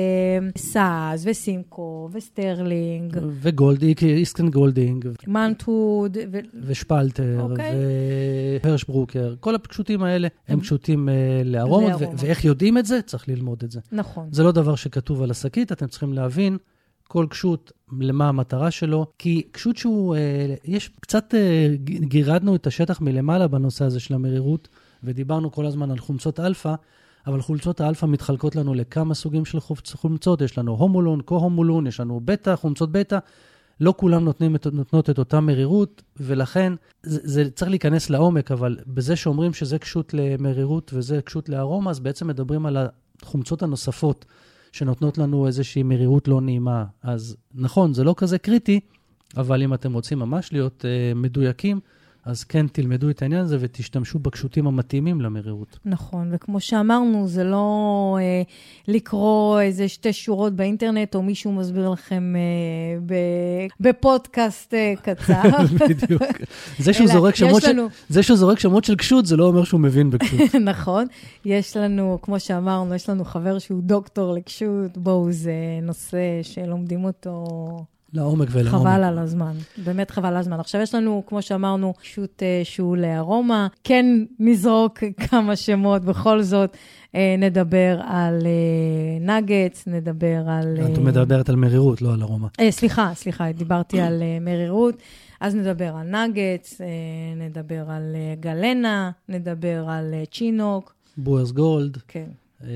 וסאז, וסימקו, וסטרלינג. וגולדינג, איסקן גולדינג. מנטוד. ו... ושפלטר, אוקיי. והרש ברוקר. כל הפשוטים האלה הם פשוטים לארומות, ו- ואיך יודעים את זה? צריך ללמוד את זה. נכון. זה לא דבר שכתוב על השקית, אתם צריכים להבין כל קשות, למה המטרה שלו, כי קשות שהוא, יש קצת גירדנו את השטח מלמעלה בנושא הזה של המרירות, ודיברנו כל הזמן על חומצות אלפא, אבל חומצות האלפא מתחלקות לנו לכמה סוגים של חומצות, יש לנו הומולון, קו-הומולון, יש לנו בטא, חומצות בטא, לא כולם נותנים, נותנות את אותה מרירות, ולכן זה, זה צריך להיכנס לעומק, אבל בזה שאומרים שזה קשות למרירות וזה קשות לארומה, אז בעצם מדברים על החומצות הנוספות, שנותנות לנו איזושהי מרירות לא נעימה. אז נכון, זה לא כזה קריטי, אבל אם אתם רוצים ממש להיות uh, מדויקים, אז כן, תלמדו את העניין הזה ותשתמשו בקשותים המתאימים למרירות. נכון, וכמו שאמרנו, זה לא אה, לקרוא איזה שתי שורות באינטרנט, או מישהו מסביר לכם אה, ב- בפודקאסט אה, קצר. בדיוק. זה שהוא זורק שמות של, לנו... זה שהוא זורק שמות של קשות, זה לא אומר שהוא מבין בקשות. נכון. יש לנו, כמו שאמרנו, יש לנו חבר שהוא דוקטור לקשות, בואו, זה נושא שלומדים אותו... לעומק ולעומק. חבל על הזמן, באמת חבל על הזמן. עכשיו יש לנו, כמו שאמרנו, קשות שהוא לארומה, כן נזרוק כמה שמות, בכל זאת נדבר על נגץ, נדבר על... את מדברת על מרירות, לא על ארומה. סליחה, סליחה, דיברתי על מרירות, אז נדבר על נגץ, נדבר על גלנה, נדבר על צ'ינוק. בוירס גולד. כן.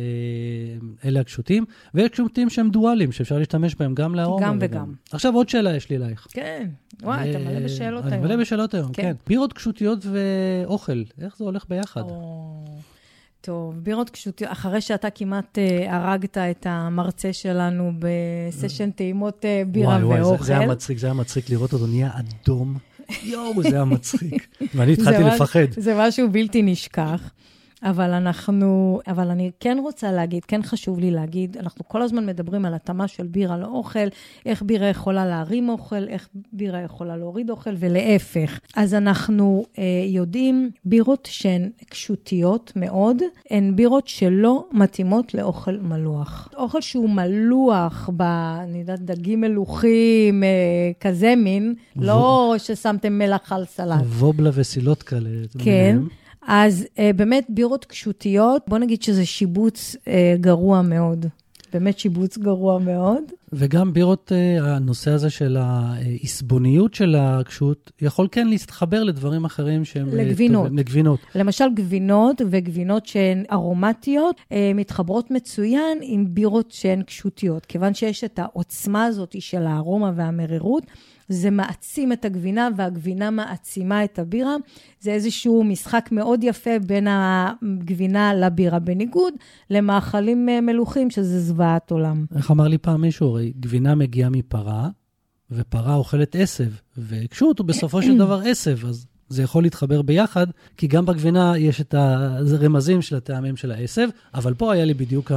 אלה הקשותים, ויש קשותים שהם דואליים, שאפשר להשתמש בהם גם לארומה. גם וגם. עכשיו עוד שאלה יש לי אלייך. כן, וואי, אתה מלא בשאלות היום. אני מלא בשאלות היום, כן. בירות קשותיות ואוכל, איך זה הולך ביחד? טוב, בירות קשותיות, אחרי שאתה כמעט הרגת את המרצה שלנו בסשן טעימות בירה ואוכל. וואי, זה היה מצחיק, זה היה מצחיק לראות אותו, נהיה אדום. יואו, זה היה מצחיק. ואני התחלתי לפחד. זה משהו בלתי נשכח. אבל אנחנו, אבל אני כן רוצה להגיד, כן חשוב לי להגיד, אנחנו כל הזמן מדברים על התאמה של בירה לאוכל, איך בירה יכולה להרים אוכל, איך בירה יכולה להוריד אוכל, ולהפך. אז אנחנו אה, יודעים, בירות שהן קשותיות מאוד, הן בירות שלא מתאימות לאוכל מלוח. אוכל שהוא מלוח, ב, אני יודעת, דגים מלוחים, אה, כזה מין, ו... לא ששמתם מלח על סלט. וובלה וסילות כאלה. כן. מהם. אז אה, באמת בירות קשותיות, בוא נגיד שזה שיבוץ אה, גרוע מאוד. באמת שיבוץ גרוע מאוד. וגם בירות, אה, הנושא הזה של ההסבוניות של הקשות, יכול כן להתחבר לדברים אחרים שהם... לגבינות. טוב, לגבינות. למשל גבינות וגבינות שהן ארומטיות, אה, מתחברות מצוין עם בירות שהן קשותיות. כיוון שיש את העוצמה הזאת של הארומה והמרירות, זה מעצים את הגבינה, והגבינה מעצימה את הבירה. זה איזשהו משחק מאוד יפה בין הגבינה לבירה, בניגוד למאכלים מלוכים, שזה זוועת עולם. איך אמר לי פעם מישהו, הרי גבינה מגיעה מפרה, ופרה אוכלת עשב, וקשות הוא בסופו של דבר עשב, אז זה יכול להתחבר ביחד, כי גם בגבינה יש את הרמזים של הטעמים של העשב, אבל פה היה לי בדיוק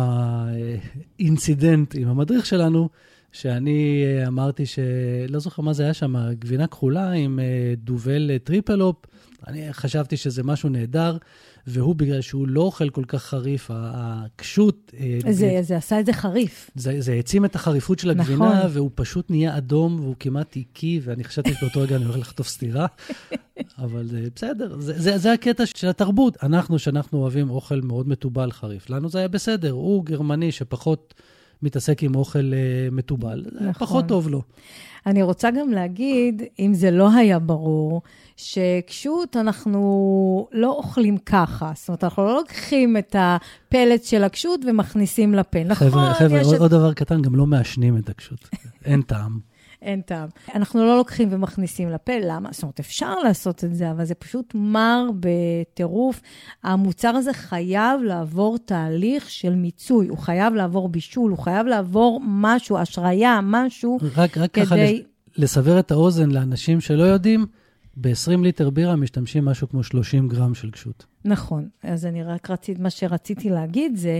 האינצידנט עם המדריך שלנו, שאני אמרתי שלא זוכר מה זה היה שם, גבינה כחולה עם דובל טריפלופ, אני חשבתי שזה משהו נהדר, והוא בגלל שהוא לא אוכל כל כך חריף, הקשות... זה, זה עשה את זה חריף. זה, זה העצים את החריפות של הגבינה, נכון. והוא פשוט נהיה אדום, והוא כמעט עיקי, ואני חשבתי שבאותו רגע אני הולך לחטוף סתירה, אבל זה בסדר, זה, זה, זה הקטע של התרבות. אנחנו, שאנחנו אוהבים אוכל מאוד מטובל חריף, לנו זה היה בסדר, הוא גרמני שפחות מתעסק עם אוכל מטובל, נכון. פחות טוב לו. אני רוצה גם להגיד, אם זה לא היה ברור, שקשות אנחנו לא אוכלים ככה. זאת אומרת, אנחנו לא לוקחים את הפלט של הקשות ומכניסים לפה. נכון? חבר'ה, חבר'ה, עוד, את... עוד דבר קטן, גם לא מעשנים את הקשות. אין טעם. אין טעם. אנחנו לא לוקחים ומכניסים לפה. למה? זאת אומרת, אפשר לעשות את זה, אבל זה פשוט מר בטירוף. המוצר הזה חייב לעבור תהליך של מיצוי. הוא חייב לעבור בישול, הוא חייב לעבור משהו, השריה, משהו. רק, רק כדי... ככה לסבר את האוזן לאנשים שלא יודעים, ב-עשרים ליטר בירה משתמשים משהו כמו שלושים גרם של קשות. נכון. אז אני רק רציתי, מה שרציתי להגיד זה,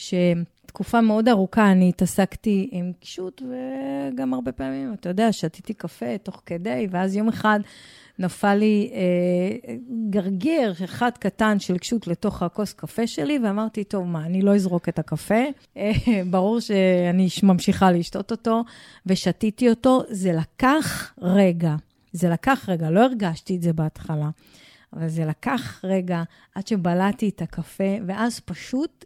שתקופה מאוד ארוכה אני התעסקתי עם קשות, וגם הרבה פעמים, אתה יודע, שתיתי קפה תוך כדי, ואז יום אחד נפל לי אה, גרגר אחד קטן של קשות לתוך הכוס קפה שלי, ואמרתי, טוב, מה, אני לא אזרוק את הקפה. אה, ברור שאני ממשיכה לשתות אותו, ושתיתי אותו. זה לקח רגע. זה לקח רגע, לא הרגשתי את זה בהתחלה, אבל זה לקח רגע עד שבלעתי את הקפה, ואז פשוט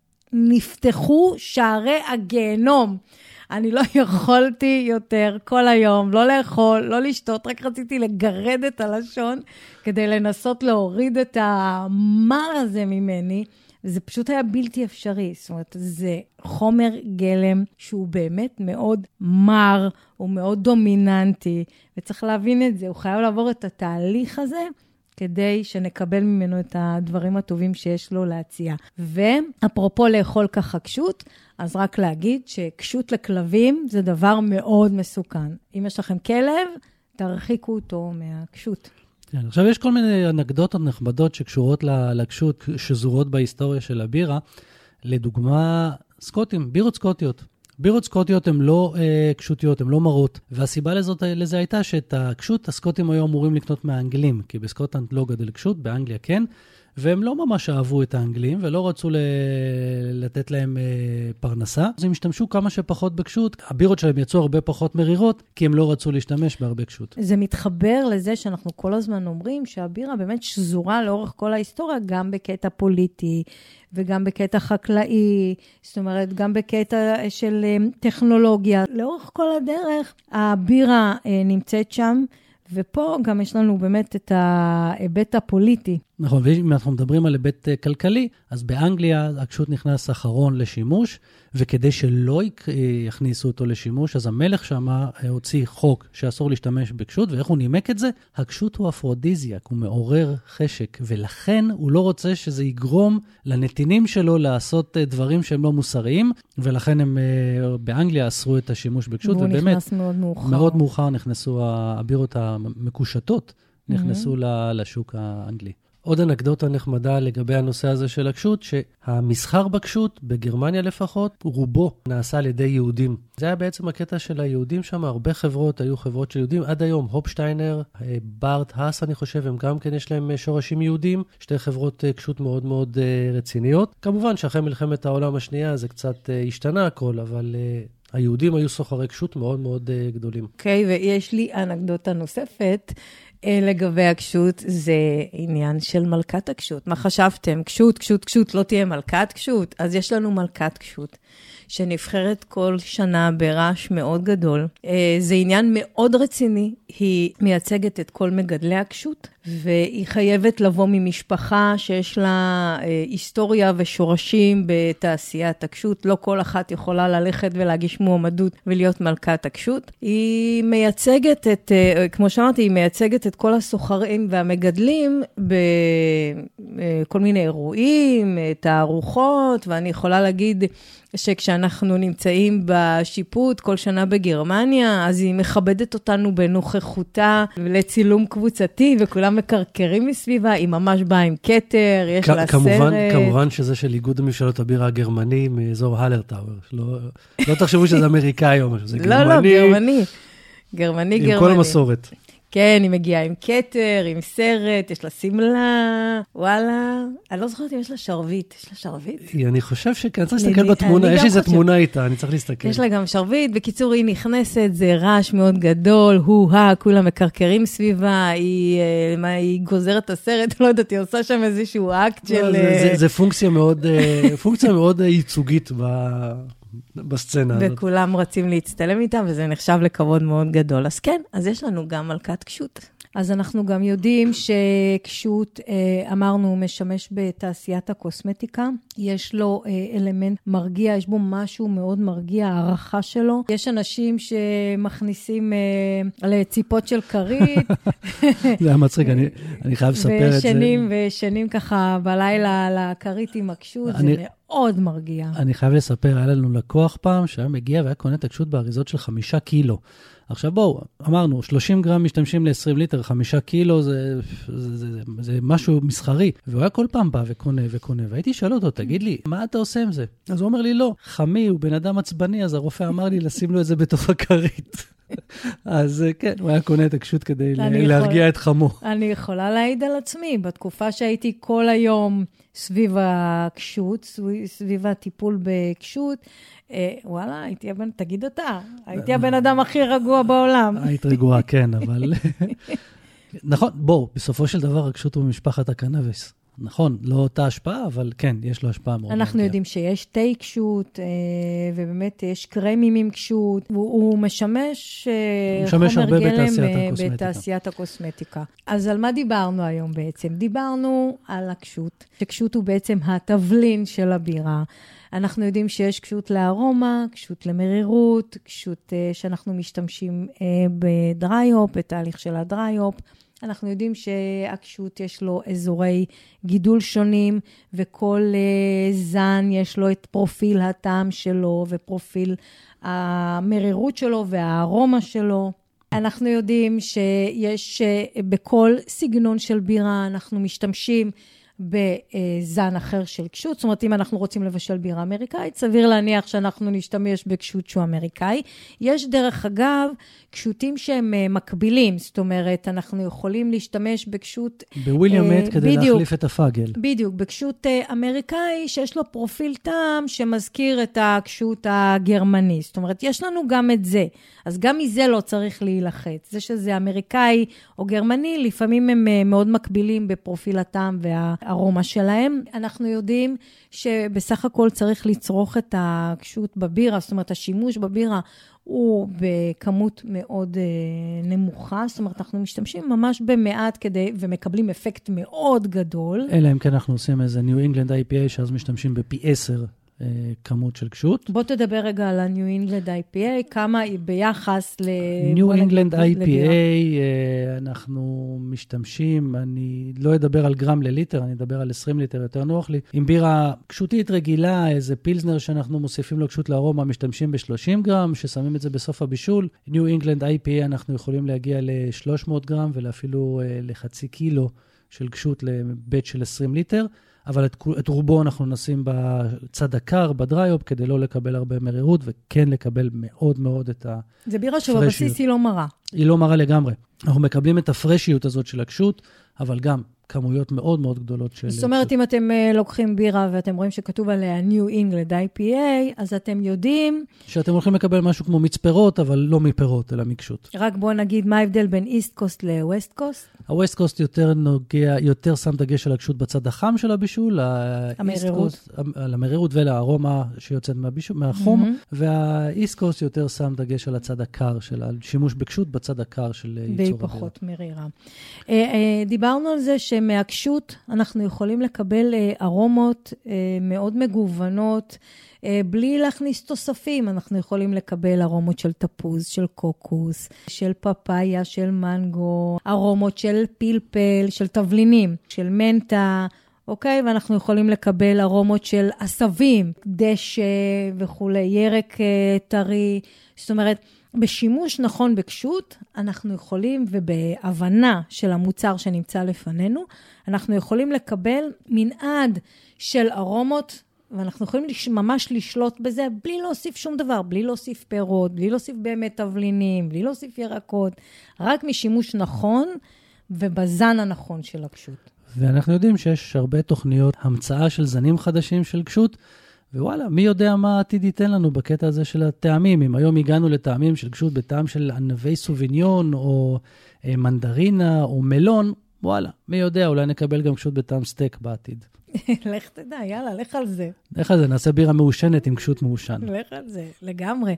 נפתחו שערי הגיהנום. אני לא יכולתי יותר כל היום, לא לאכול, לא לשתות, רק רציתי לגרד את הלשון, כדי לנסות להוריד את המר הזה ממני, זה פשוט היה בלתי אפשרי. זאת אומרת, זה חומר גלם שהוא באמת מאוד מר, הוא מאוד דומיננטי, וצריך להבין את זה. הוא חייב לעבור את התהליך הזה, כדי שנקבל ממנו את הדברים הטובים שיש לו להציע. ואפרופו לאכול ככה קשות, אז רק להגיד שקשות לכלבים זה דבר מאוד מסוכן. אם יש לכם כלב, תרחיקו אותו מהקשות. כן, עכשיו יש כל מיני אנקדוטות נחמדות שקשורות לקשות, שזורות בהיסטוריה של הבירה. לדוגמה, סקוטים, בירות סקוטיות. בירות סקוטיות הן לא אה, קשותיות, הן לא מרות. והסיבה לזאת, לזה הייתה שאת הקשות, הסקוטים היו אמורים לקנות מהאנגלים, כי בסקוטלנד לא גדל קשות, באנגליה כן. והם לא ממש אהבו את האנגלים, ולא רצו ל... לתת להם אה, פרנסה. אז הם השתמשו כמה שפחות בקשות. הבירות שלהם יצאו הרבה פחות מרירות, כי הם לא רצו להשתמש בהרבה קשות. זה מתחבר לזה שאנחנו כל הזמן אומרים שהבירה באמת שזורה לאורך כל ההיסטוריה, גם בקטע פוליטי, וגם בקטע חקלאי, זאת אומרת, גם בקטע של טכנולוגיה. לאורך כל הדרך, הבירה אה, נמצאת שם, ופה גם יש לנו באמת את ההיבט הפוליטי. נכון, ואם אנחנו מדברים על היבט כלכלי, אז באנגליה הקשות נכנס אחרון לשימוש, וכדי שלא יכניסו אותו לשימוש, אז המלך שם הוציא חוק שאסור להשתמש בקשות, ואיך הוא נימק את זה? הקשות הוא אפרודיזיאק, הוא מעורר חשק, ולכן הוא לא רוצה שזה יגרום לנתינים שלו לעשות דברים שהם לא מוסריים, ולכן הם באנגליה אסרו את השימוש בקשות, ובאמת, והוא נכנס מאוד מאוחר. מאוד מאוחר נכנסו הבירות המקושטות, נכנסו mm-hmm. לשוק האנגלי. עוד אנקדוטה נחמדה לגבי הנושא הזה של הקשות, שהמסחר בקשות, בגרמניה לפחות, רובו נעשה על ידי יהודים. זה היה בעצם הקטע של היהודים שם, הרבה חברות היו חברות של יהודים, עד היום, הופשטיינר, בארט, האס, אני חושב, הם גם כן יש להם שורשים יהודים, שתי חברות קשות מאוד מאוד רציניות. כמובן שאחרי מלחמת העולם השנייה זה קצת השתנה הכל, אבל היהודים היו סוחרי קשות מאוד מאוד גדולים. אוקיי, okay, ויש לי אנקדוטה נוספת, לגבי הקשות, זה עניין של מלכת הקשות. מה חשבתם? קשות, קשות, קשות, לא תהיה מלכת קשות? אז יש לנו מלכת קשות, שנבחרת כל שנה ברעש מאוד גדול. זה עניין מאוד רציני, היא מייצגת את כל מגדלי הקשות, והיא חייבת לבוא ממשפחה שיש לה היסטוריה ושורשים בתעשיית הקשות. לא כל אחת יכולה ללכת ולהגיש מועמדות ולהיות מלכת הקשות. היא מייצגת את, כמו שאמרתי, היא מייצגת את כל הסוחרים והמגדלים בכל מיני אירועים, תערוכות, ואני יכולה להגיד שכשאנחנו נמצאים בשיפוט כל שנה בגרמניה, אז היא מכבדת אותנו בנוכחותה לצילום קבוצתי, וכולם מקרקרים מסביבה, היא ממש באה עם כתר, יש לה כמובן, סרט. כמובן שזה של איגוד ממשלות הבירה הגרמני מאזור הלרטאואר. לא, לא תחשבו שזה אמריקאי או משהו, זה גרמני. לא, לא, גרמני. גרמני, עם גרמני. עם כל המסורת. כן, היא מגיעה עם כתר, עם סרט, יש לה סמלה, וואלה. אני לא זוכרת אם יש לה שרבית. יש לה שרבית? אני חושב שכן, צריך להסתכל בתמונה, יש איזו תמונה איתה, אני צריך להסתכל. יש לה גם שרבית, בקיצור היא נכנסת, זה רעש מאוד גדול, הוא-ה, כולם מקרקרים סביבה, היא, מה, היא גוזרת את הסרט, לא יודעת, היא עושה שם איזשהו אקט של... זה, זה פונקציה מאוד, פונקציה מאוד ייצוגית ב... בסצנה הזאת. וכולם רצים להצטלם איתם, וזה נחשב לכבוד מאוד גדול. אז כן, אז יש לנו גם מלכת קשות. אז אנחנו גם יודעים שקשות, אמרנו, משמש בתעשיית הקוסמטיקה. יש לו אלמנט מרגיע, יש בו משהו מאוד מרגיע, הערכה שלו. יש אנשים שמכניסים לציפות של כרית. זה היה מצחיק, אני, אני חייב לספר את זה. ושנים, ושנים ככה בלילה לכרית עם הקשות, אני... זה מאוד מרגיע. אני חייב לספר, היה לנו לקוח פעם שהיה מגיע והיה קונה את הקשות באריזות של חמישה קילו. עכשיו בואו, אמרנו, שלושים גרם משתמשים ל-עשרים ליטר, חמישה קילו זה, זה, זה, זה, זה משהו מסחרי. והוא היה כל פעם בא וקונה וקונה, והייתי שואל אותו, תגיד לי, מה אתה עושה עם זה? אז הוא אומר לי, לא, חמי, הוא בן אדם עצבני, אז הרופא אמר לי לשים לו את זה בתוך הכרית. אז כן, הוא היה קונה את הקשות כדי להרגיע יכול, את חמו. אני יכולה להעיד על עצמי, בתקופה שהייתי כל היום סביב הקשות, סביב הטיפול בקשות, אה, וואלה, הייתי הבן, תגיד אותה, הייתי הבן אדם הכי רגוע בעולם. היית רגועה, כן, אבל... נכון, בואו, בסופו של דבר הקשות הוא במשפחת הקנאביס. נכון, לא אותה השפעה, אבל כן, יש לו השפעה מאוד. אנחנו יודעים שיש תה קשות, ובאמת יש קרמים עם קשות, והוא משמש חומר גלם בתעשיית הקוסמטיקה. אז על מה דיברנו היום בעצם? דיברנו על הקשות, שקשות הוא בעצם התבלין של הבירה. אנחנו יודעים שיש קשות לארומה, קשות למרירות, קשות שאנחנו משתמשים בדריי-הופ, בתהליך של הדריי-הופ. אנחנו יודעים שהקשות יש לו אזורי גידול שונים, וכל uh, זן יש לו את פרופיל הטעם שלו, ופרופיל המרירות שלו והארומה שלו. אנחנו יודעים שיש uh, בכל סגנון של בירה, אנחנו משתמשים בזן אחר של קשות. זאת אומרת, אם אנחנו רוצים לבשל בירה אמריקאית, סביר להניח שאנחנו נשתמש בקשות שהוא אמריקאי. יש דרך אגב, קשותים שהם מקבילים, זאת אומרת, אנחנו יכולים להשתמש בקשות... בוויליאם מט כדי להחליף את הפאגל. בדיוק, בקשות אמריקאי שיש לו פרופיל טעם שמזכיר את הקשות הגרמני. זאת אומרת, יש לנו גם את זה. אז גם מזה לא צריך להילחץ. זה שזה אמריקאי או גרמני, לפעמים הם מאוד מקבילים בפרופיל הטעם והארומה שלהם. אנחנו יודעים שבסך הכל צריך לצרוך את הקשות בבירה, זאת אומרת, השימוש בבירה הוא בכמות מאוד uh, נמוכה, זאת אומרת, אנחנו משתמשים ממש במעט כדי, ומקבלים אפקט מאוד גדול. אלא אם כן אנחנו עושים איזה New England איי פי איי, שאז משתמשים בפי עשר uh, כמות של קשות. בוא תדבר רגע על ה-New England איי פי איי, כמה היא ביחס ל... New England איי פי איי, uh, אנחנו משתמשים, אני לא אדבר על גרם לליטר, אני אדבר על עשרים ליטר, יותר נוח לי. עם בירה קשותית רגילה, איזה פילסנר שאנחנו מוסיפים לו קשות לארומה, משתמשים ב-שלושים גרם, ששמים את זה בסוף הבישול. New England איי פי איי אנחנו יכולים להגיע ל-שלוש מאות גרם, ולאפילו uh, לחצי קילו של קשות לבית של עשרים ליטר. אבל את, את רובו אנחנו נשים בצד הקר, בדריי-הופ, כדי לא לקבל הרבה מרירות, וכן לקבל מאוד מאוד את הפרשיות. זה בירה שבבסיס היא לא מרה. היא לא מרה לגמרי. אנחנו מקבלים את הפרשיות הזאת של הקשות, אבל גם כמויות מאוד מאוד גדולות של... זאת אומרת, אם אתם לוקחים בירה ואתם רואים שכתוב עליה New England איי פי איי, אז אתם יודעים... שאתם הולכים לקבל משהו כמו מצפרות, אבל לא מפירות, אלא מקשות. רק בואו נגיד מה ההבדל בין איסט קוסט לווסט קוסט. הווסט קוסט יותר נוגע, יותר שם דגש על הקשות בצד החם של הבישול, המרירות. על המרירות ולארומה שיוצאת מהבישול, מהחום, mm-hmm. והאיסט קוסט יותר שם דגש על הצד הקר, של השימוש בקשות בצד הקר של ייצור הבירה. והיא פחות מרירה. דיברנו על זה שמהקשות אנחנו יכולים לקבל ארומות מאוד מגוונות, בלי להכניס תוספים. אנחנו יכולים לקבל ארומות של תפוז, של קוקוס, של פפאיה, של מנגו, ארומות של פלפל, של תבלינים, של מנטה, אוקיי? ואנחנו יכולים לקבל ארומות של עשבים, דשא וכו', ירק טרי. זאת אומרת, בשימוש נכון בקשות, אנחנו יכולים, ובהבנה של המוצר שנמצא לפנינו, אנחנו יכולים לקבל מנעד של ארומות, ואנחנו יכולים ממש לשלוט בזה, בלי להוסיף שום דבר, בלי להוסיף פירות, בלי להוסיף באמת תבלינים, בלי להוסיף ירקות, רק משימוש נכון, ובזן הנכון של הקשות. ואנחנו יודעים שיש הרבה תוכניות המצאה של זנים חדשים של קשות, ווואלה, מי יודע מה העתיד ייתן לנו בקטע הזה של הטעמים. אם היום הגענו לטעמים של קשות בטעם של ענבי סוביניון, או אה, מנדרינה, או מלון, וואלה, מי יודע, אולי נקבל גם קשות בטעם סטייק בעתיד. לך תדע, יאללה, לך על זה. לך על זה, נעשה בירה מעושנת עם קשות מעושן. לך על זה, לגמרי.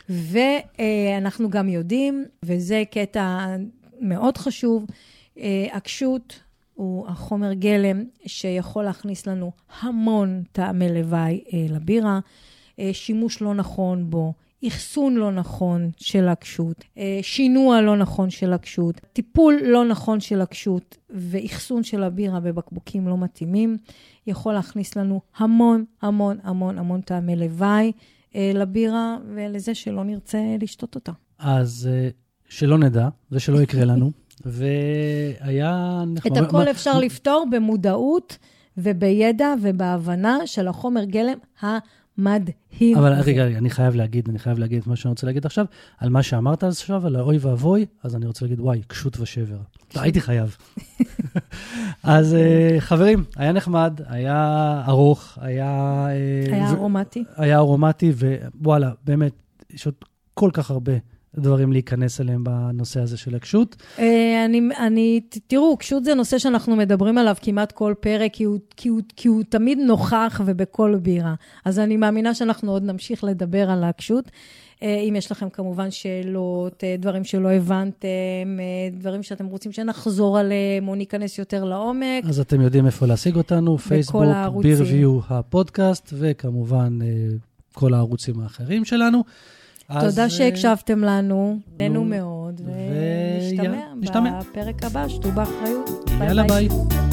ואנחנו גם יודעים, וזה קטע מאוד חשוב, הקשות הוא החומר גלם שיכול להכניס לנו המון טעמי לוואי לבירה, שימוש לא נכון בו, אחסון לא נכון של הקשות, שינוע לא נכון של הקשות, טיפול לא נכון של הקשות, ואחסון של הבירה בבקבוקים לא מתאימים, יכול להכניס לנו המון, המון, המון, המון טעמי לוואי לבירה, ולזה שלא נרצה לשתות אותה. אז שלא נדע, ושלא יקרה לנו, והיה... את הכל אפשר לפתור במודעות ובידע ובהבנה של החומר גלם המדהים. אבל רגע, אני חייב להגיד, אני חייב להגיד את מה שאני רוצה להגיד עכשיו, על מה שאמרת עכשיו, על האוי ואבוי, אז אני רוצה להגיד, וואי, קשות ושבר. הייתי חייב. אז חברים, היה נחמד, היה ארוך, היה... היה ארומטי. היה ארומטי, ווואלה, באמת, יש עוד כל כך הרבה דברים להיכנס אליהם בנושא הזה של הקשות. אני, אני, תראו, קשות זה נושא שאנחנו מדברים עליו כמעט כל פרק, כי הוא, כי הוא, כי הוא תמיד נוכח ובכל בירה. אז אני מאמינה שאנחנו עוד נמשיך לדבר על הקשות. אם יש לכם כמובן שאלות, דברים שלא הבנתם, דברים שאתם רוצים שנחזור עליהם, או ניכנס יותר לעומק. אז אתם יודעים איפה להשיג אותנו, פייסבוק, בירביו הפודקאסט, וכמובן כל הערוצים האחרים שלנו. תודה שהקשבתם לנו, נהנו מאוד, ונשתמע בפרק הבא, שתו באחריות. יאללה ביי.